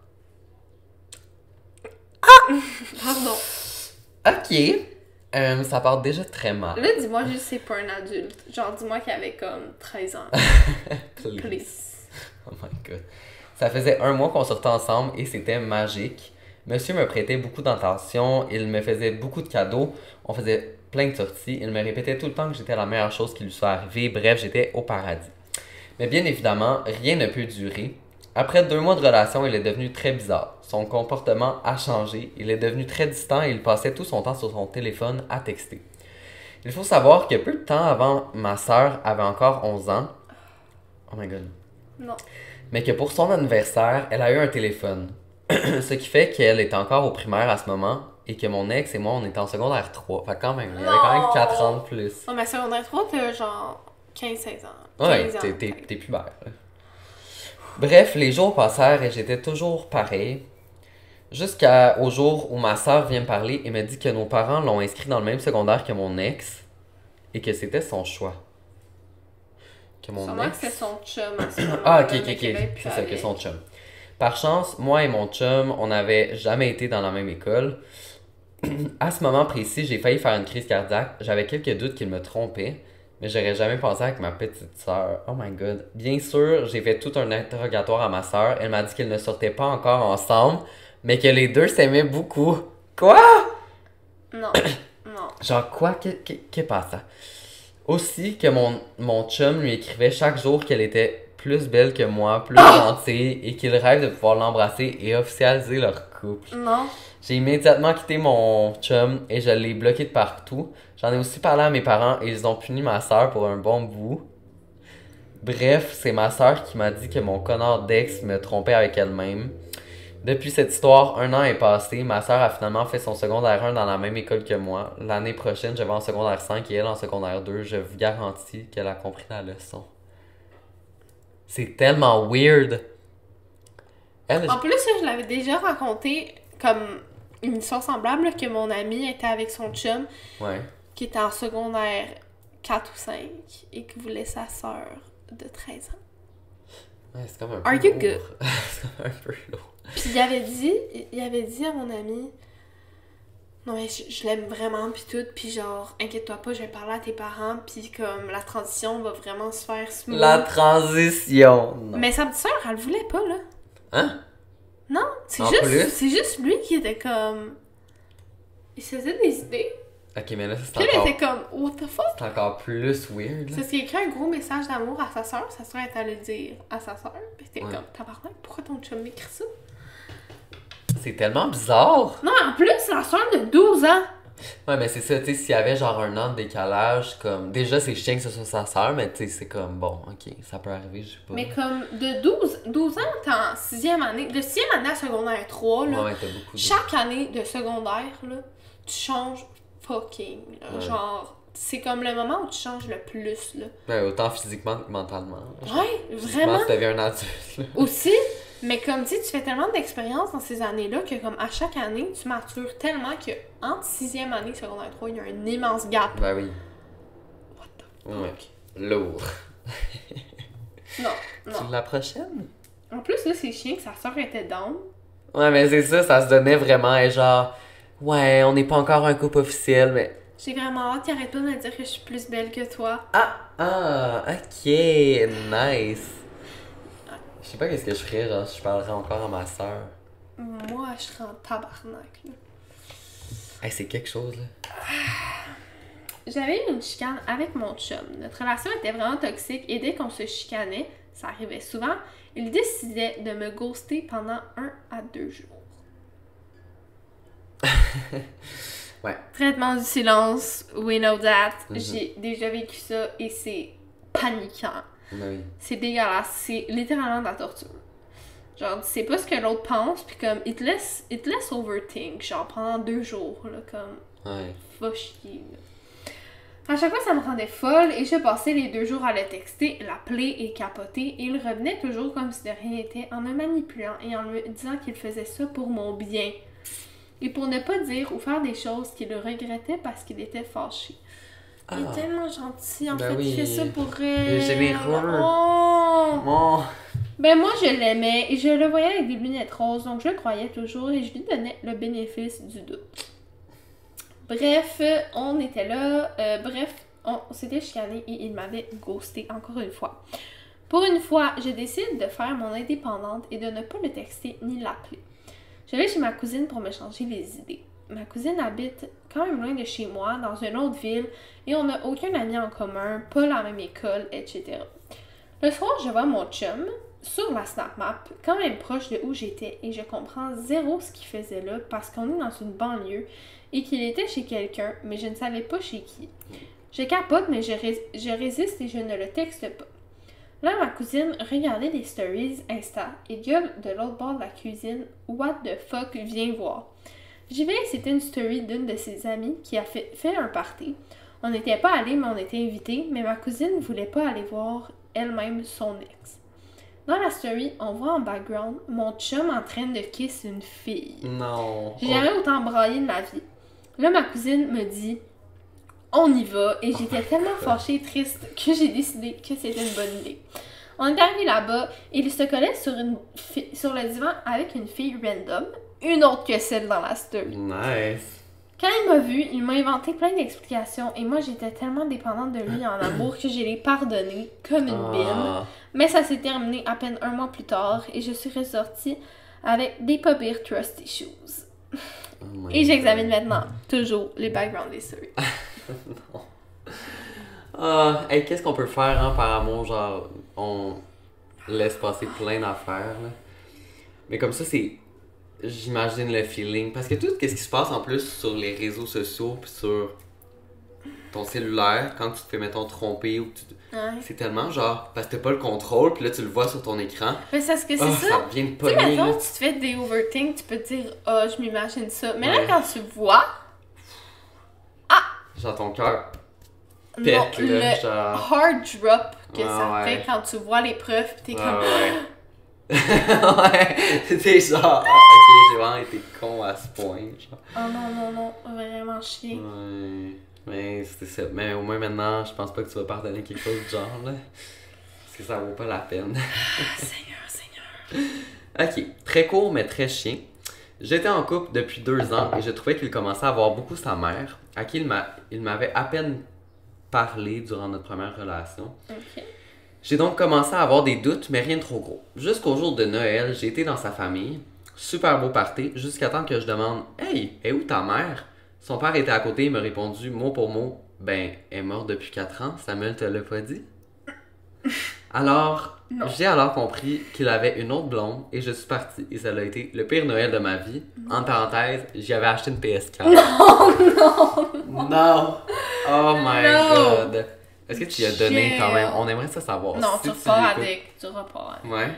B: Pardon.
A: Ok. Ça part déjà très mal.
B: Là, dis-moi juste c'est pas un adulte. Genre, dis-moi qu'il avait comme 13 ans.
A: Please.
B: Please.
A: Oh my god. Ça faisait 1 mois qu'on sortait ensemble et c'était magique. Monsieur me prêtait beaucoup d'attention, il me faisait beaucoup de cadeaux, on faisait plein de sorties, il me répétait tout le temps que j'étais la meilleure chose qui lui soit arrivée, bref, j'étais au paradis. Mais bien évidemment, rien ne peut durer. Après 2 mois de relation, il est devenu très bizarre. Son comportement a changé, il est devenu très distant et il passait tout son temps sur son téléphone à texter. Il faut savoir que peu de temps avant, ma sœur avait encore 11 ans. Oh my god.
B: Non.
A: Mais que pour son anniversaire, elle a eu un téléphone. Ce qui fait qu'elle était encore au primaire à ce moment et que mon ex et moi, on était en secondaire 3. Fait quand même, il y avait quand même 4 ans de plus.
B: Oh, mais secondaire 3, t'as genre 15-16 ans.
A: Ouais,
B: 15 ans,
A: t'es
B: peut-être.
A: pubère. là. Bref, les jours passèrent et j'étais toujours pareil. Jusqu'au jour où ma soeur vient me parler et me dit que nos parents l'ont inscrit dans le même secondaire que mon ex et que c'était son choix. Que mon
B: Sûrement que
A: ex...
B: c'est son chum à ce moment-là.
A: Ah, ok,
B: mais qu'il avait plus
A: c'est ça, que
B: avec.
A: son chum. Par chance, moi et mon chum, on n'avait jamais été dans la même école. À ce moment précis, j'ai failli faire une crise cardiaque. J'avais quelques doutes qu'il me trompait, mais j'aurais jamais pensé avec ma petite sœur. Oh my god. Bien sûr, j'ai fait tout un interrogatoire à ma sœur. Elle m'a dit qu'ils ne sortaient pas encore ensemble, mais que les deux s'aimaient beaucoup. Quoi?
B: Non, non.
A: Genre quoi? Qu'est passe? Aussi que mon chum lui écrivait chaque jour qu'elle était plus belle que moi, plus gentille, et qu'il rêve de pouvoir l'embrasser et officialiser leur couple.
B: Non.
A: J'ai immédiatement quitté mon chum et je l'ai bloqué de partout. J'en ai aussi parlé à mes parents et ils ont puni ma soeur pour un bon bout. Bref, c'est ma soeur qui m'a dit que mon connard d'ex me trompait avec elle-même. Depuis cette histoire, 1 an est passé. Ma soeur a finalement fait son secondaire 1 dans la même école que moi. L'année prochaine, je vais en secondaire 5 et elle en secondaire 2. Je vous garantis qu'elle a compris la leçon. C'est tellement weird. Elle,
B: En plus, je l'avais déjà raconté comme une histoire semblable là, que mon ami était avec son chum
A: ouais.
B: qui était en secondaire 4 ou 5 et qui voulait sa sœur de 13 ans.
A: Ouais, c'est comme un peu
B: Are you
A: lourd.
B: good?
A: C'est comme un peu lourd.
B: Puis il avait dit à mon ami, non mais je l'aime vraiment pis tout, puis genre inquiète-toi pas, je vais parler à tes parents, puis comme la transition va vraiment se faire smooth.
A: La transition. Non.
B: Mais sa petite sœur, elle le voulait pas là.
A: Hein?
B: Non,
A: En plus?
B: c'est juste lui qui était comme, il se faisait des idées.
A: Ok, mais là,
B: Puis
A: c'est
B: là, il
A: encore,
B: était comme, what the fuck?
A: c'est encore plus weird. Là.
B: C'est qu'il a écrit un gros message d'amour à sa sœur est allée le dire à sa sœur, puis t'es
A: Ouais.
B: comme, tabarnak, pourquoi ton chum m'écrit ça?
A: C'est tellement bizarre.
B: Non, en plus, c'est la sœur de 12 ans.
A: Ouais, mais c'est ça, tu sais, s'il y avait genre 1 an de décalage, comme. Déjà, c'est chiant que ce soit sa soeur, mais tu sais, c'est comme, bon, ok, ça peut arriver, je sais pas.
B: Mais comme de 12 ans, t'es en 6e année. De 6e année à secondaire 3, là,
A: Ouais, t'as beaucoup de.
B: chaque année de secondaire, là, tu changes fucking. Là,
A: Ouais.
B: genre, c'est comme le moment où tu changes le plus. Là.
A: Ouais, autant physiquement que mentalement.
B: Ouais,
A: Physiquement,
B: vraiment.
A: tu deviens un adulte. là.
B: Aussi, mais comme tu sais, tu fais tellement d'expérience dans ces années-là que comme à chaque année, tu matures tellement que entre 6e année et secondaire 3, il y a un immense gap.
A: Ben oui.
B: What the fuck?
A: Ouais. Lourd.
B: Non, non.
A: Tu la prochaine?
B: En plus, là, c'est chiant que sa soeur était down.
A: Ouais, mais c'est ça se donnait vraiment, et genre. Ouais, on n'est pas encore un couple officiel, mais...
B: J'ai vraiment hâte qu'il arrête pas de me dire que je suis plus belle que toi.
A: Ok, nice. Je sais pas qu'est-ce que je ferais, genre, si je parlerais encore à ma soeur.
B: Moi, je serais en tabarnak, là.
A: Hey, c'est quelque chose, là.
B: J'avais eu une chicane avec mon chum. Notre relation était vraiment toxique et dès qu'on se chicanait, ça arrivait souvent, il décidait de me ghoster pendant 1 à 2 jours.
A: Ouais.
B: Traitement du silence, we know that.
A: Mm-hmm.
B: J'ai déjà vécu ça et c'est paniquant.
A: Oui.
B: C'est dégueulasse. C'est littéralement de la torture. Genre, tu sais pas ce que l'autre pense, puis comme, il te laisse overthink, genre, pendant 2 jours, là, comme,
A: Ouais.
B: va chier, là. À chaque fois, ça me rendait folle et je passais les 2 jours à le texter, l'appeler et capoter et il revenait toujours comme si de rien n'était en me manipulant et en me disant qu'il faisait ça pour mon bien. Et pour ne pas dire ou faire des choses qu'il regrettait parce qu'il était fâché. Il est tellement gentil, en fait,
A: oui.
B: il fait ça pour elle.
A: Il est généreux.
B: Oh. Ben moi, je l'aimais et je le voyais avec des lunettes roses, donc je le croyais toujours et je lui donnais le bénéfice du doute. Bref, on était là, on s'était chicané et il m'avait ghosté encore une fois. Pour une fois, je décide de faire mon indépendante et de ne pas le texter ni l'appeler. Je vais chez ma cousine pour me changer les idées. Ma cousine habite quand même loin de chez moi, dans une autre ville, et on n'a aucun ami en commun, pas la même école, etc. Le soir, je vois mon chum sur la Snap Map, quand même proche de où j'étais, et je comprends zéro ce qu'il faisait là parce qu'on est dans une banlieue et qu'il était chez quelqu'un, mais je ne savais pas chez qui. Je capote, mais je résiste et je ne le texte pas. Là, ma cousine regardait des stories Insta et gueule de l'autre bord de la cuisine « What the fuck, viens voir ». J'y vais et c'était une story d'une de ses amies qui a fait un party. On n'était pas allés, mais on était invités, mais ma cousine ne voulait pas aller voir elle-même son ex. Dans la story, on voit en background mon chum en train de kiss une fille.
A: Non.
B: J'ai jamais autant braillé de ma vie. Là, ma cousine me dit « On y va » et j'étais tellement fâchée et triste que j'ai décidé que c'était une bonne idée. On est arrivé là-bas et il se collait sur le divan avec une fille random, une autre que celle dans la story.
A: Nice.
B: Quand il m'a vu, il m'a inventé plein d'explications et moi j'étais tellement dépendante de lui en amour que je l'ai pardonné comme une bine. Mais ça s'est terminé à peine 1 mois plus tard et je suis ressortie avec des pas pires trust issues. Et j'examine maintenant toujours les backgrounds des stories.
A: Non. Hey, qu'est-ce qu'on peut faire hein, par amour? Genre, on laisse passer plein d'affaires. Là. Mais comme ça, c'est... J'imagine le feeling. Parce que tout ce qui se passe en plus sur les réseaux sociaux puis sur ton cellulaire, quand tu te fais, mettons, tromper ou c'est tellement genre... Parce que t'as pas le contrôle, puis là, tu le vois sur ton écran.
B: Mais c'est ce que c'est ça.
A: Ça vient de
B: Tu sais,
A: pogner.
B: maintenant, tu te fais des overthink, tu peux te dire « je m'imagine ça ». Mais là, quand tu vois...
A: Genre ton cœur
B: Non,
A: pète,
B: le
A: là, genre...
B: hard drop que ça
A: ouais.
B: fait quand tu vois les preuves pis t'es comme...
A: Ouais, c'est genre, ok, j'ai vraiment été con à ce point, genre.
B: Oh non, vraiment chier.
A: Ouais, mais c'était ça. Mais au moins maintenant, je pense pas que tu vas pardonner quelque chose du genre, là. Parce que ça vaut pas la peine.
B: Seigneur.
A: Ok, très court mais très chien. J'étais en couple depuis 2 ans et je trouvais qu'il commençait à voir beaucoup sa mère, à qui il m'avait à peine parlé durant notre première relation.
B: Ok.
A: J'ai donc commencé à avoir des doutes, mais rien de trop gros. Jusqu'au jour de Noël, j'ai été dans sa famille. Super beau party, jusqu'à temps que je demande « Hey, est où ta mère? » Son père était à côté et m'a répondu mot pour mot « Ben, elle est morte depuis 4 ans, Samuel te l'a pas dit? » Alors, j'ai alors compris qu'il avait une autre blonde et je suis partie. Et ça a été le pire Noël de ma vie. En parenthèse, j'y avais acheté une PS4. Non! Oh my god! Est-ce que tu y as donné quand même? On aimerait ça savoir.
B: Non,
A: si
B: tu repars avec. Tu repars avec.
A: Ouais.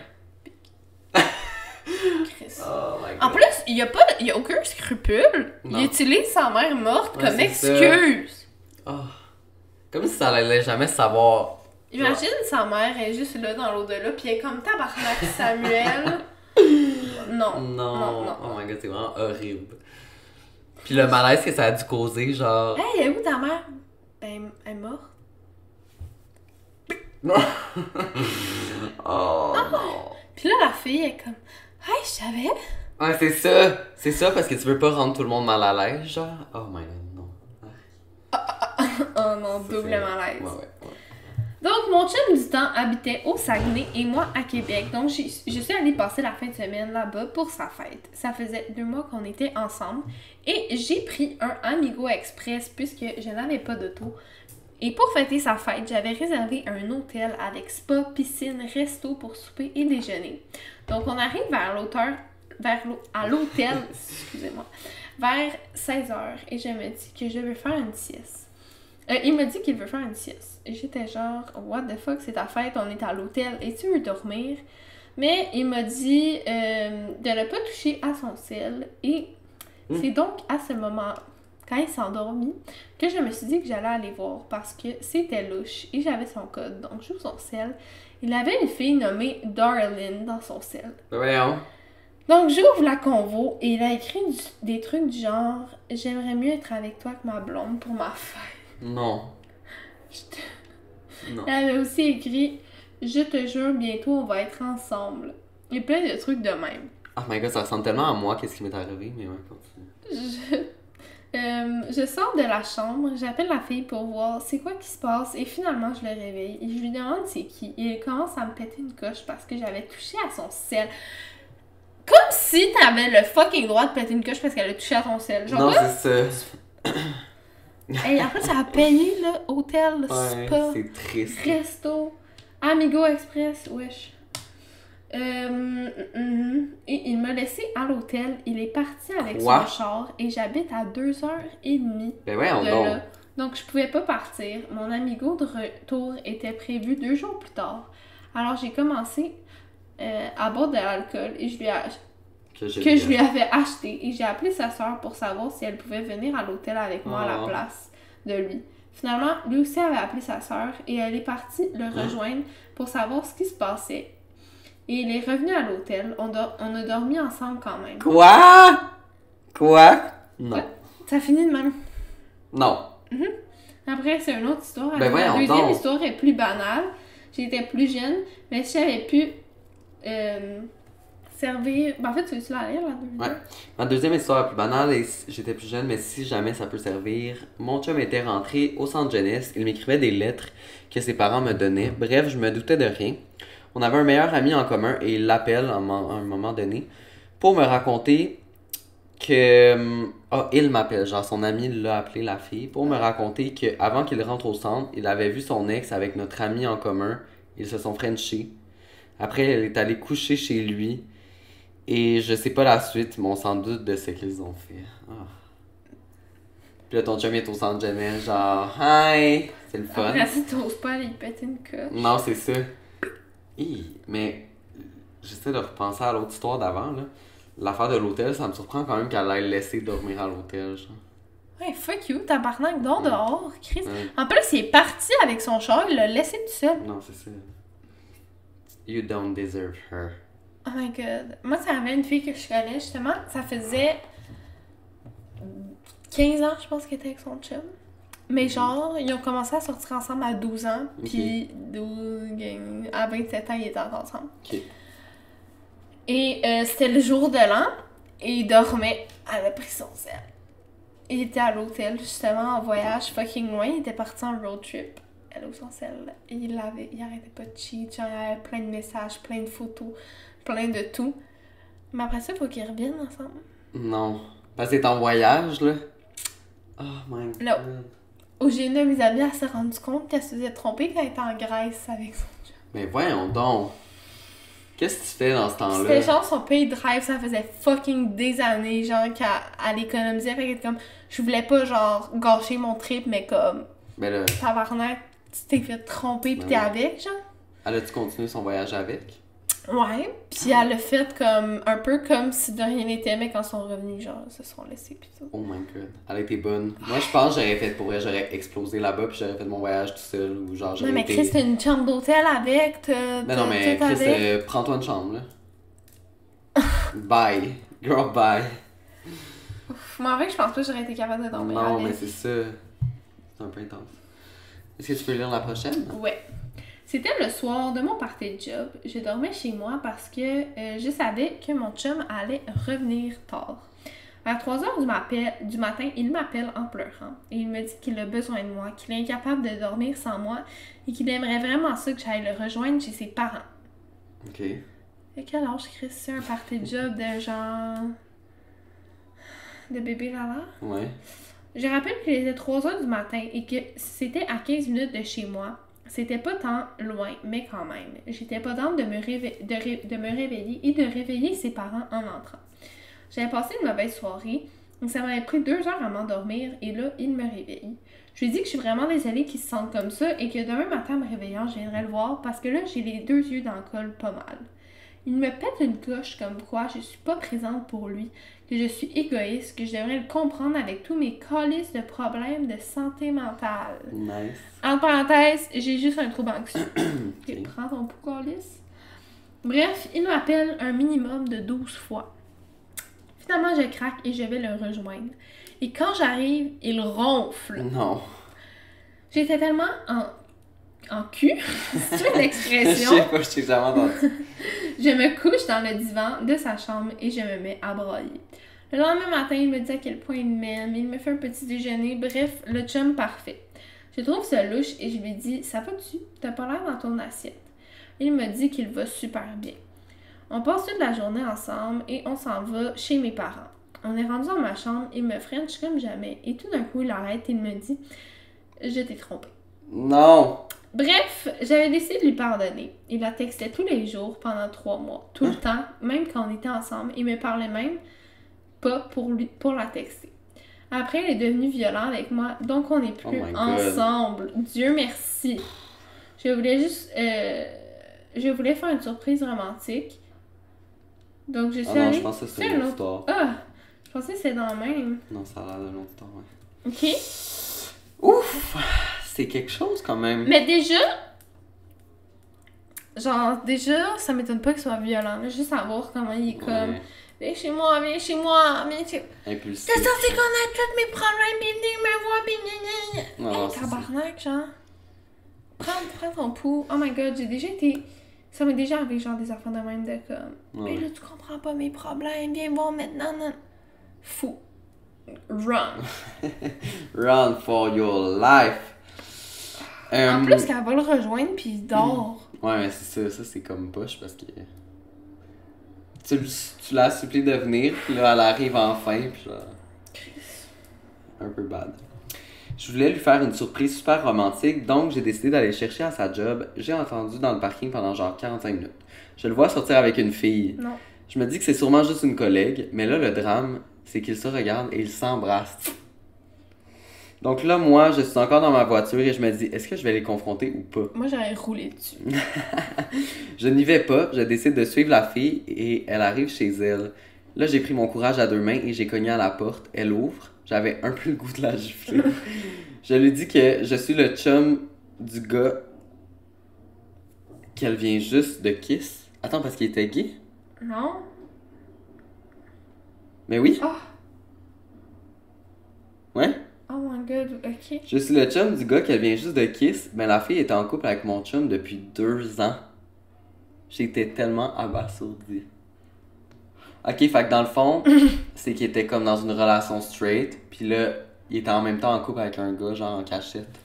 B: Chris.
A: Oh my god.
B: En plus, il y a aucun scrupule.
A: Non.
B: Il utilise sa mère morte
A: Ouais,
B: comme
A: c'est
B: excuse.
A: Oh. Comme si ça allait jamais savoir.
B: Imagine sa mère est juste là dans l'au-delà, pis elle est comme tabarnak Samuel. Non.
A: Oh my god, c'est vraiment horrible. Puis le malaise que ça a dû causer, genre.
B: Hey, elle est où ta mère? Ben, elle est morte.
A: Oh non.
B: Puis là, la fille est comme, hey, je savais.
A: Ah, c'est ça! C'est ça parce que tu veux pas rendre tout le monde mal à l'aise, genre. Oh my god, non.
B: Oh non, doublement à l'aise.
A: Ouais.
B: Donc, mon chum du temps habitait au Saguenay et moi à Québec. Donc, je suis allée passer la fin de semaine là-bas pour sa fête. Ça faisait 2 mois qu'on était ensemble. Et j'ai pris un Amigo Express puisque je n'avais pas d'auto. Et pour fêter sa fête, j'avais réservé un hôtel avec spa, piscine, resto pour souper et déjeuner. Donc, on arrive à l'hôtel, excusez-moi, vers 16h et je me dis que je veux faire une sieste. Il m'a dit qu'il veut faire une sieste. J'étais genre, what the fuck, c'est ta fête, on est à l'hôtel et tu veux dormir? Mais il m'a dit de ne pas toucher à son sel. Et c'est donc à ce moment, quand il s'est endormi, que je me suis dit que j'allais aller voir parce que c'était louche et j'avais son code. Donc j'ouvre son sel. Il avait une fille nommée Darlene dans son sel.
A: Voyons.
B: Donc j'ouvre la convo et il a écrit des trucs du genre « J'aimerais mieux être avec toi que ma blonde pour ma fête. »
A: Non. Non.
B: Elle avait aussi écrit « Je te jure, bientôt on va être ensemble. » Et plein de trucs de même.
A: Oh my god, ça ressemble tellement à moi, qu'est-ce qui m'est arrivé, mais ouais, continue.
B: Je sors de la chambre, j'appelle la fille pour voir c'est quoi qui se passe et finalement je le réveille et je lui demande c'est qui. Et il commence à me péter une coche parce que j'avais touché à son sel. Comme si t'avais le fucking droit de péter une coche parce qu'elle a touché à ton sel. Genre
A: non,
B: là,
A: c'est ça.
B: Hey, en fait, ça a payé, là, hôtel, spa,
A: c'est triste.
B: resto, Amigo Express, wesh. Et il m'a laissé à l'hôtel. Il est parti avec son char et j'habite à 2h30
A: ben ouais,
B: de là. Donc, je pouvais pas partir. Mon Amigo de retour était prévu 2 jours plus tard. Alors, j'ai commencé à boire de l'alcool et je lui avais acheté. Et j'ai appelé sa soeur pour savoir si elle pouvait venir à l'hôtel avec moi à la place de lui. Finalement, lui aussi avait appelé sa soeur et elle est partie le rejoindre pour savoir ce qui se passait. Et il est revenu à l'hôtel. On a dormi ensemble quand même.
A: Quoi? Non.
B: Ouais, ça finit de même.
A: Non.
B: Après, c'est une autre histoire.
A: Ben
B: la deuxième histoire est plus banale. J'étais plus jeune, mais si j'avais pu servir... Ben, en fait, tu veux-tu la lire, la deuxième?
A: Ouais. Ma deuxième histoire la plus banale, et j'étais plus jeune, mais si jamais ça peut servir. Mon chum était rentré au centre jeunesse. Il m'écrivait des lettres que ses parents me donnaient. Bref, je me doutais de rien. On avait un meilleur ami en commun et il l'appelle à un moment donné pour me raconter que... il m'appelle, genre son ami l'a appelé la fille, pour me raconter qu'avant qu'il rentre au centre, il avait vu son ex avec notre ami en commun. Ils se sont frenchés. Après, elle est allée coucher chez lui. Et je sais pas la suite, mais on s'en doute de ce qu'ils ont fait. Puis là, ton chum est au centre jeunesse, genre, hi! C'est le fun.
B: Après, si t'oses pas aller péter une coche.
A: Non, c'est ça. Mais j'essaie de repenser à l'autre histoire d'avant, là. L'affaire de l'hôtel, ça me surprend quand même qu'elle ait laissé dormir à l'hôtel, genre.
B: Ouais, fuck you, tabarnak, dehors, Chris. En plus, il est parti avec son char, il l'a laissé tout seul.
A: Non, c'est ça. You don't deserve her.
B: Oh my god. Moi, ça avait une fille que je connais, justement, ça faisait 15 ans, je pense, qu'elle était avec son chum. Mais genre, ils ont commencé à sortir ensemble à 12 ans, puis à 27 ans, ils étaient ensemble.
A: Ok.
B: Et c'était le jour de l'an, et il dormait. Elle a pris son sel. Il était à l'hôtel, justement, en voyage fucking loin. Il était parti en road trip. Elle a son sel. Et il arrêtait pas de cheat. Genre, il y avait plein de messages, plein de photos, plein de tout. Mais après ça, il faut qu'ils reviennent ensemble.
A: Non. Parce que t'es en voyage, là. Oh my god.
B: Non. Où j'ai une de mes amies, elle s'est rendue compte qu'elle se faisait tromper quand elle était en Grèce avec son chum.
A: Mais voyons donc. Qu'est-ce que tu fais dans ce temps-là?
B: C'était genre son pays de rêve, ça faisait fucking des années, genre, qu'elle économisait. Fait qu'elle était comme, je voulais pas, genre, gâcher mon trip, mais comme,
A: Mais là,
B: tabarnak, tu t'es fait tromper pis t'es avec, genre.
A: elle a-tu continué son voyage avec?
B: Ouais, pis elle l'a fait comme, un peu comme si de rien n'était, mais quand ils sont revenus, genre, ils se sont laissés pis tout.
A: Oh my god. Elle a été bonne. Moi, je pense que j'aurais fait, pour vrai, j'aurais explosé là-bas puis j'aurais fait mon voyage tout seul ou genre j'aurais
B: Non, mais
A: été...
B: Chris, t'as une chambre d'hôtel avec,
A: Mais non, mais Chris, prends-toi une chambre, là. Bye. Girl, bye.
B: Ouf, moi, avec, je pense pas que j'aurais été capable de dormir
A: Non,
B: avec.
A: mais c'est ça. C'est un peu intense. Est-ce que tu peux lire la prochaine?
B: Ouais. C'était le soir de mon party de job. Je dormais chez moi parce que je savais que mon chum allait revenir tard. Vers 3h du matin, il m'appelle en pleurant et il me dit qu'il a besoin de moi, qu'il est incapable de dormir sans moi et qu'il aimerait vraiment ça que j'aille le rejoindre chez ses parents.
A: Ok.
B: Et quel âge, Chris? C'est un party de job de genre... de bébé Lala?
A: Ouais.
B: Je rappelle qu'il était 3h du matin et que c'était à 15 minutes de chez moi. C'était pas tant loin, mais quand même. J'étais pas tente de me réveiller et de réveiller ses parents en entrant. J'avais passé une mauvaise soirée, donc ça m'avait pris 2 heures à m'endormir et là, il me réveille. Je lui dis que je suis vraiment désolée qu'il se sente comme ça et que demain matin, en me réveillant, je viendrai le voir parce que là, j'ai les 2 yeux dans le col pas mal. Il me pète une coche comme quoi je suis pas présente pour lui, que je suis égoïste, que je devrais le comprendre avec tous mes calices de problèmes de santé mentale.
A: Nice.
B: En parenthèse, j'ai juste un trouble anxieux.
A: Ok.
B: Prends ton pouls, calice. Bref, il m'appelle un minimum de 12 fois. Finalement, je craque et je vais le rejoindre. Et quand j'arrive, il ronfle.
A: Non.
B: J'étais tellement en cul, c'est une
A: Je
B: expression.
A: sais pas, je t'ai jamais entendu.
B: Je me couche dans le divan de sa chambre et je me mets à brailler. Le lendemain matin, il me dit à quel point il m'aime, il me fait un petit déjeuner, bref, le chum parfait. Je trouve ça louche et je lui dis « Ça va-tu? T'as pas l'air dans ton assiette. » Il me dit qu'il va super bien. On passe toute la journée ensemble et on s'en va chez mes parents. On est rendu dans ma chambre, il me french comme jamais et tout d'un coup, il arrête et il me dit « Je t'ai trompé. »
A: Non!
B: Bref, j'avais décidé de lui pardonner. Il la textait tous les jours pendant 3 mois, tout le temps, même quand on était ensemble. Il me parlait même pas pour la texter. Après, il est devenu violent avec moi, donc on n'est plus ensemble. Dieu merci. Je voulais faire une surprise romantique. Donc je suis
A: non,
B: allée...
A: je pense que c'est une autre histoire.
B: Ah! Je pensais que c'était dans le même.
A: Non, ça a l'air d'une autre histoire, ouais.
B: Ok.
A: Ouf! C'est quelque chose quand même.
B: Mais déjà, ça m'étonne pas qu'il soit violent. Là, juste savoir comment il est comme.
A: Ouais.
B: Viens chez moi, viens chez moi, viens chez moi.
A: Impulsif.
B: T'es censé connaître tous mes problèmes, pis venir me voir, pis gna gna gna.
A: Non,
B: Hey,
A: c'est
B: tabarnak, genre. Prends ton pouls. Oh my god, j'ai déjà été. Ça m'est déjà arrivé, genre, des enfants de même de comme.
A: Ouais.
B: Mais là, tu comprends pas mes problèmes, viens voir maintenant. Non. Fou. Run.
A: Run for your life.
B: En plus, qu'elle va le rejoindre, pis il dort.
A: Ouais, mais c'est ça c'est comme poche parce que. Tu l'as supplié de venir, puis là, elle arrive enfin, puis genre. Un peu bad. Je voulais lui faire une surprise super romantique, donc j'ai décidé d'aller le chercher à sa job. J'ai entendu dans le parking pendant genre 45 minutes. Je le vois sortir avec une fille.
B: Non.
A: Je me dis que c'est sûrement juste une collègue, mais là, le drame, c'est qu'ils se regardent et ils s'embrassent. Donc là, moi, je suis encore dans ma voiture et je me dis, est-ce que je vais les confronter ou pas?
B: Moi, j'aurais roulé dessus.
A: Je n'y vais pas, je décide de suivre la fille et elle arrive chez elle. Là, j'ai pris mon courage à 2 mains et j'ai cogné à la porte. Elle ouvre, j'avais un peu le goût de la gifler. Je lui dis que je suis le chum du gars qu'elle vient juste de kiss. Attends, parce qu'il était gay?
B: Non?
A: Mais oui.
B: Oh!
A: Ouais?
B: Oh my god, ok.
A: Je suis le chum du gars qu'elle vient juste de kiss. Mais la fille était en couple avec mon chum depuis 2 ans. J'étais tellement abasourdi. Ok, fait que dans le fond, c'est qu'il était comme dans une relation straight. Puis là, il était en même temps en couple avec un gars, genre en cachette.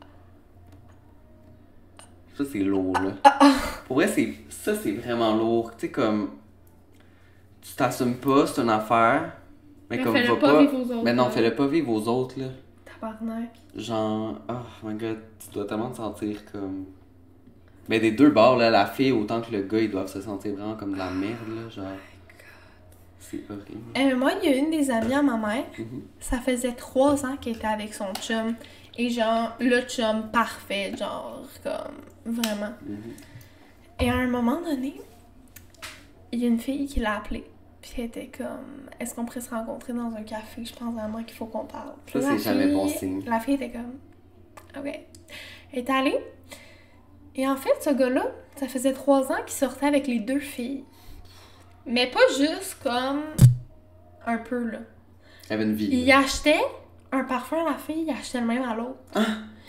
A: Ça, c'est lourd, là. Pour vrai, ça, c'est vraiment lourd. Tu sais, comme. Tu t'assumes pas, c'est une affaire. Mais comme
B: fais-le
A: va
B: pas vivre aux autres,
A: Mais non,
B: là.
A: fais-le pas vivre aux autres, là.
B: Tabarnak.
A: Genre, oh my god, tu dois tellement te sentir comme. Mais des deux bords, là, la fille autant que le gars, ils doivent se sentir vraiment comme de la merde, là. Genre. C'est horrible.
B: Moi, il y a une des amies à ma mère.
A: Mhm.
B: Ça faisait 3 ans qu'elle était avec son chum. Et genre, le chum parfait, genre, comme, vraiment.
A: Mhm.
B: Et à un moment donné, il y a une fille qui l'a appelée. Puis elle était comme, est-ce qu'on pourrait se rencontrer dans un café? Je pense vraiment qu'il faut qu'on parle. Puis
A: Ça,
B: la
A: c'est jamais
B: fille-
A: bon signe.
B: La fille était comme, ok. Elle est allée. Et en fait, ce gars-là, ça faisait 3 ans qu'il sortait avec les 2 filles. Mais pas juste comme un peu, là.
A: Elle avait une vie.
B: Il achetait un parfum à la fille, il achetait le même à l'autre.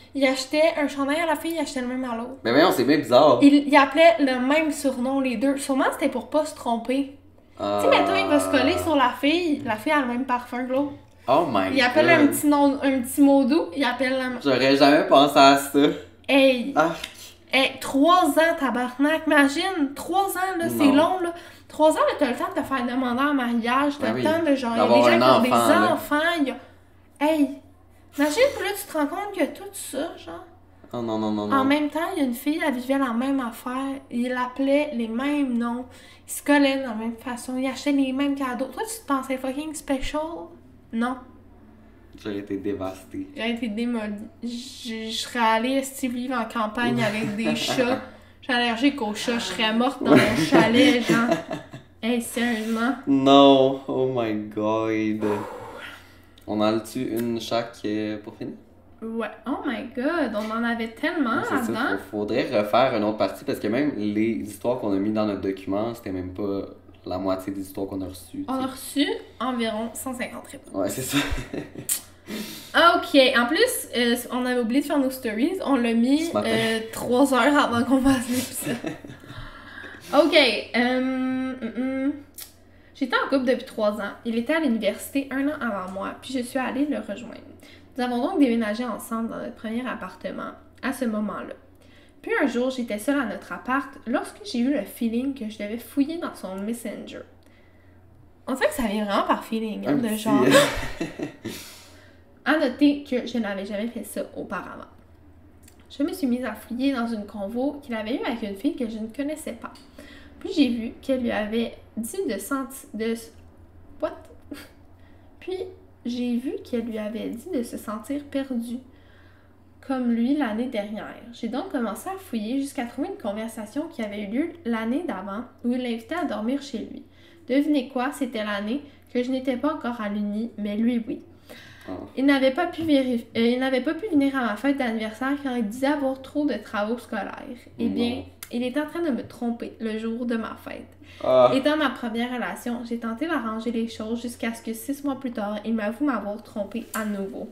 B: Il achetait un chandail à la fille, il achetait le même à l'autre.
A: Mais voyons, c'est bien bizarre.
B: Il appelait le même surnom, les deux. Sûrement, c'était pour pas se tromper. Tu sais, mettons, il va se coller sur la fille a le même parfum que l'autre.
A: Oh my god.
B: Il appelle un petit mot doux, il appelle la...
A: J'aurais jamais pensé à ça.
B: Hey! 3 ans, tabarnak, imagine! 3 ans, là, c'est long, là. 3 ans, là, t'as le temps de te faire demander en mariage, t'as le temps de genre... Il y a des gens qui ont des enfants, Hey! Imagine, puis là, tu te rends compte que tout ça, genre...
A: Oh non.
B: En même temps, il y a une fille, elle vivait la même affaire. Il appelait les mêmes noms. Il se collait de la même façon. Il achetait les mêmes cadeaux. Toi, tu te pensais fucking special? Non.
A: J'aurais été dévastée.
B: J'aurais été démolie. Je serais allée vivre en campagne avec des chats. Je suis allergique aux chats. Je serais morte dans mon chalet, genre. Hey, sérieusement?
A: Non. Oh my god. On en a-tu une chaque pour finir?
B: Ouais. Oh my god, on en avait tellement là-dedans.
A: Faudrait refaire une autre partie parce que même les histoires qu'on a mis dans notre document, c'était même pas la moitié des histoires qu'on a reçues.
B: On a reçu environ 150 réponses.
A: Ouais, c'est ça.
B: Ok, en plus, on avait oublié de faire nos stories. On l'a mis 3 heures avant qu'on fasse l'épisode. Ok. J'étais en couple depuis 3 ans. Il était à l'université 1 an avant moi, puis je suis allée le rejoindre. Nous avons donc déménagé ensemble dans notre premier appartement à ce moment-là. Puis un jour, j'étais seule à notre appart lorsque j'ai eu le feeling que je devais fouiller dans son Messenger. On dirait que ça vient vraiment par feeling, hein, de genre... À noter que je n'avais jamais fait ça auparavant. Je me suis mise à fouiller dans une convo qu'il avait eue avec une fille que je ne connaissais pas. Puis j'ai vu qu'elle lui avait dit Puis j'ai vu qu'elle lui avait dit de se sentir perdue, comme lui l'année dernière. J'ai donc commencé à fouiller jusqu'à trouver une conversation qui avait eu lieu l'année d'avant, où il l'invitait à dormir chez lui. Devinez quoi, c'était l'année que je n'étais pas encore à l'uni, mais lui, oui. Oh. Il n'avait pas pu venir à ma fête d'anniversaire car il disait avoir trop de travaux scolaires. Eh bien, il était en train de me tromper le jour de ma fête. Étant ma première relation, j'ai tenté d'arranger les choses jusqu'à ce que 6 mois plus tard, il m'avoue m'avoir trompé à nouveau.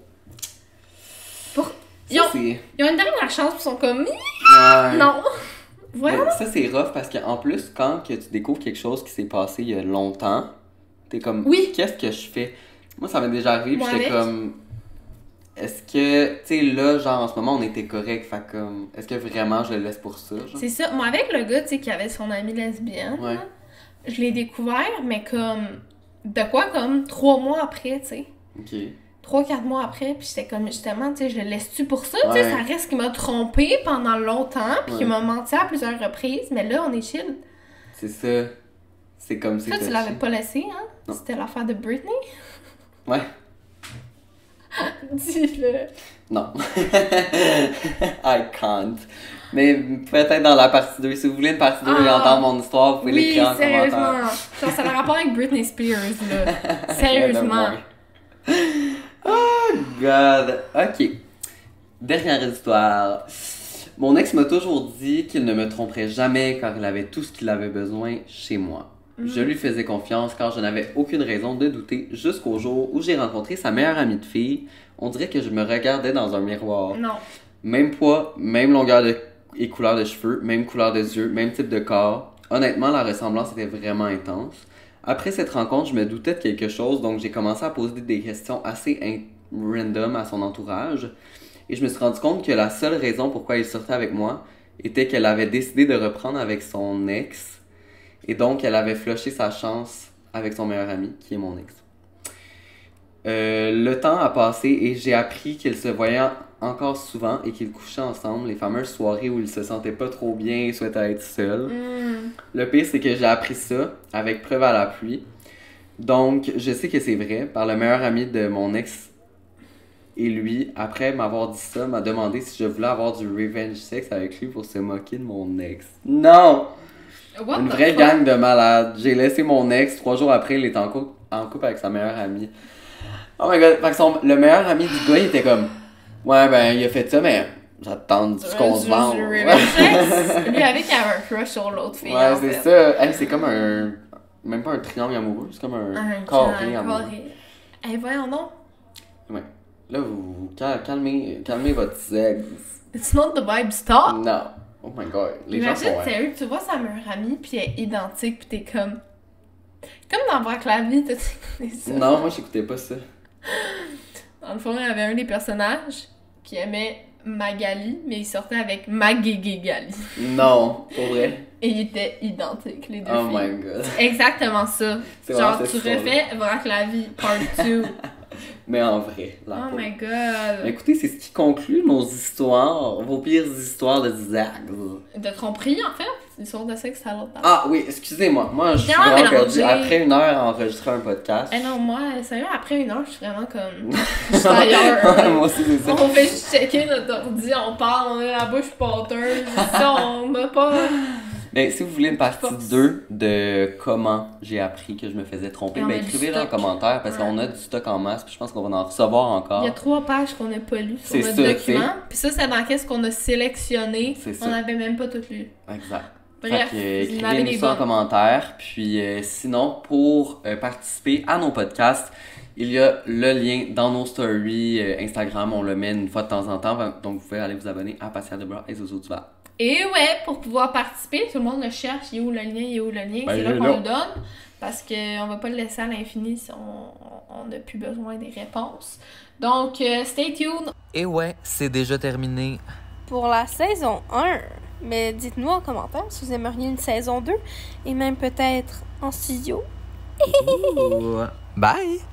B: Ils ont une dernière chance, ils sont comme... Non!
A: Voilà. Ça, c'est rough parce qu'en plus, quand que tu découvres quelque chose qui s'est passé il y a longtemps, t'es comme... Oui! Qu'est-ce que je fais? Moi, ça m'est déjà arrivé, puis j'étais comme... Est-ce que, tu sais, là, genre, en ce moment, on était correct, fait comme... Est-ce que vraiment je le laisse pour ça, genre?
B: C'est ça. Moi, avec le gars, tu sais, qui avait son amie lesbienne, là, je l'ai découvert, mais comme... De quoi, comme 3 mois après, tu sais.
A: OK.
B: 3-4 mois après, puis j'étais comme, justement, tu sais, je le laisse-tu pour ça? Tu sais, ça reste qu'il m'a trompé pendant longtemps, puis qu'il m'a menti à plusieurs reprises, mais là, on est chill.
A: C'est ça. C'est comme...
B: Ça, tu l'avais pas laissé, hein? Non. C'était l'affaire de Britney?
A: Ouais.
B: Dis-le.
A: Non. I can't. Mais peut-être dans la partie 2. Si vous voulez une partie 2 et entendre mon histoire, vous pouvez l'écrire en commentaire.
B: Oui, sérieusement. Genre, ça a rapport avec Britney Spears, là. Sérieusement.
A: Oh, God. OK. Dernière histoire. Mon ex m'a toujours dit qu'il ne me tromperait jamais car il avait tout ce qu'il avait besoin chez moi. Je lui faisais confiance car je n'avais aucune raison de douter jusqu'au jour où j'ai rencontré sa meilleure amie de fille. On dirait que je me regardais dans un miroir.
B: Non.
A: Même poids, même longueur et couleur de cheveux, même couleur de yeux, même type de corps. Honnêtement, la ressemblance était vraiment intense. Après cette rencontre, je me doutais de quelque chose, donc j'ai commencé à poser des questions assez random à son entourage. Et je me suis rendu compte que la seule raison pourquoi il sortait avec moi était qu'elle avait décidé de reprendre avec son ex. Et donc, elle avait flushé sa chance avec son meilleur ami, qui est mon ex. Le temps a passé et j'ai appris qu'ils se voyaient encore souvent et qu'ils couchaient ensemble, les fameuses soirées où ils se sentaient pas trop bien et souhaitaient être seuls. Le pire, c'est que j'ai appris ça avec preuve à l'appui. Donc, je sais que c'est vrai, par le meilleur ami de mon ex. Et lui, après m'avoir dit ça, m'a demandé si je voulais avoir du revenge sex avec lui pour se moquer de mon ex. Non! Une vraie gang de malades. J'ai laissé mon ex, 3 jours après, il était en couple avec sa meilleure amie. Oh my god, fait que le meilleur ami du gars, il était comme... Ouais, ben, il a fait ça, mais j'attends qu'on se vende.
B: Lui avec, il avait un crush sur l'autre fille.
A: Ouais, c'est ça. Hey, c'est comme un... Même pas un triangle amoureux, c'est comme un carré amoureux.
B: Hey, voyons donc.
A: Ouais. Là, vous calmez votre sexe.
B: It's not the vibe, stop!
A: Non. Oh my god. Les gens
B: Imagine,
A: sont...
B: sérieux, tu vois sa meilleure amie, puis elle est identique, puis t'es comme... Comme dans Braque la vie, t'as écouté ça?
A: Non, moi, j'écoutais pas ça.
B: Dans le fond, il y avait un des personnages qui aimait Magali, mais il sortait avec Magégali.
A: Non, pour vrai.
B: Et ils étaient identiques, les deux
A: Oh
B: filles.
A: my god.
B: Exactement ça.
A: C'est
B: Genre,
A: vraiment
B: tu
A: cette
B: refais Braque la vie, part 2.
A: Mais en vrai, là.
B: Oh my god.
A: Écoutez, c'est ce qui conclut nos histoires, vos pires histoires de Zach.
B: De tromperie, en fait. L'histoire de sexe, c'est à l'autre table.
A: Ah oui, excusez-moi. Moi, je suis
B: Tellement
A: vraiment perdu.
B: mélangé.
A: Après 1 heure à enregistrer un podcast.
B: Eh non, moi, sérieux, après 1 heure, je suis vraiment comme... Je suis ailleurs.
A: Moi aussi, c'est ça.
B: On fait juste checker notre ordi, on parle, on a la bouche pâteuse. Ça, on n'a pas...
A: Mais si vous voulez une partie
B: Force.
A: 2 de comment j'ai appris que je me faisais tromper,
B: Et on
A: ben
B: a du
A: écrivez-le en
B: stock.
A: commentaire parce
B: Ouais.
A: qu'on a du stock en masse puis je pense qu'on va en recevoir encore.
B: Il y a 3 pages qu'on n'a pas lues sur
A: C'est
B: notre
A: ça,
B: document. Puis ça, c'est dans qu'est-ce qu'on a sélectionné.
A: C'est ça.
B: On n'avait même pas tout lu.
A: Exact.
B: Bref,
A: Fait que,
B: vous en avez
A: écrivez-nous
B: des
A: ça en
B: bonnes.
A: commentaire. Puis sinon, pour participer à nos podcasts, il y a le lien dans nos stories Instagram. On le met une fois de temps en temps. Donc vous pouvez aller vous abonner à Pascal Debras et Zozo Duval.
B: Et ouais, pour pouvoir participer, tout le monde le cherche. Il est où le lien? Il est où le lien?
A: Ben,
B: C'est
A: il
B: là
A: est
B: qu'on
A: là.
B: le donne. Parce qu'on va pas le laisser à l'infini si on n'a plus besoin des réponses. Donc, stay tuned.
A: Et ouais, c'est déjà terminé.
C: Pour la saison 1. Mais dites-nous en commentaire si vous aimeriez une saison 2 et même peut-être en studio.
A: Bye!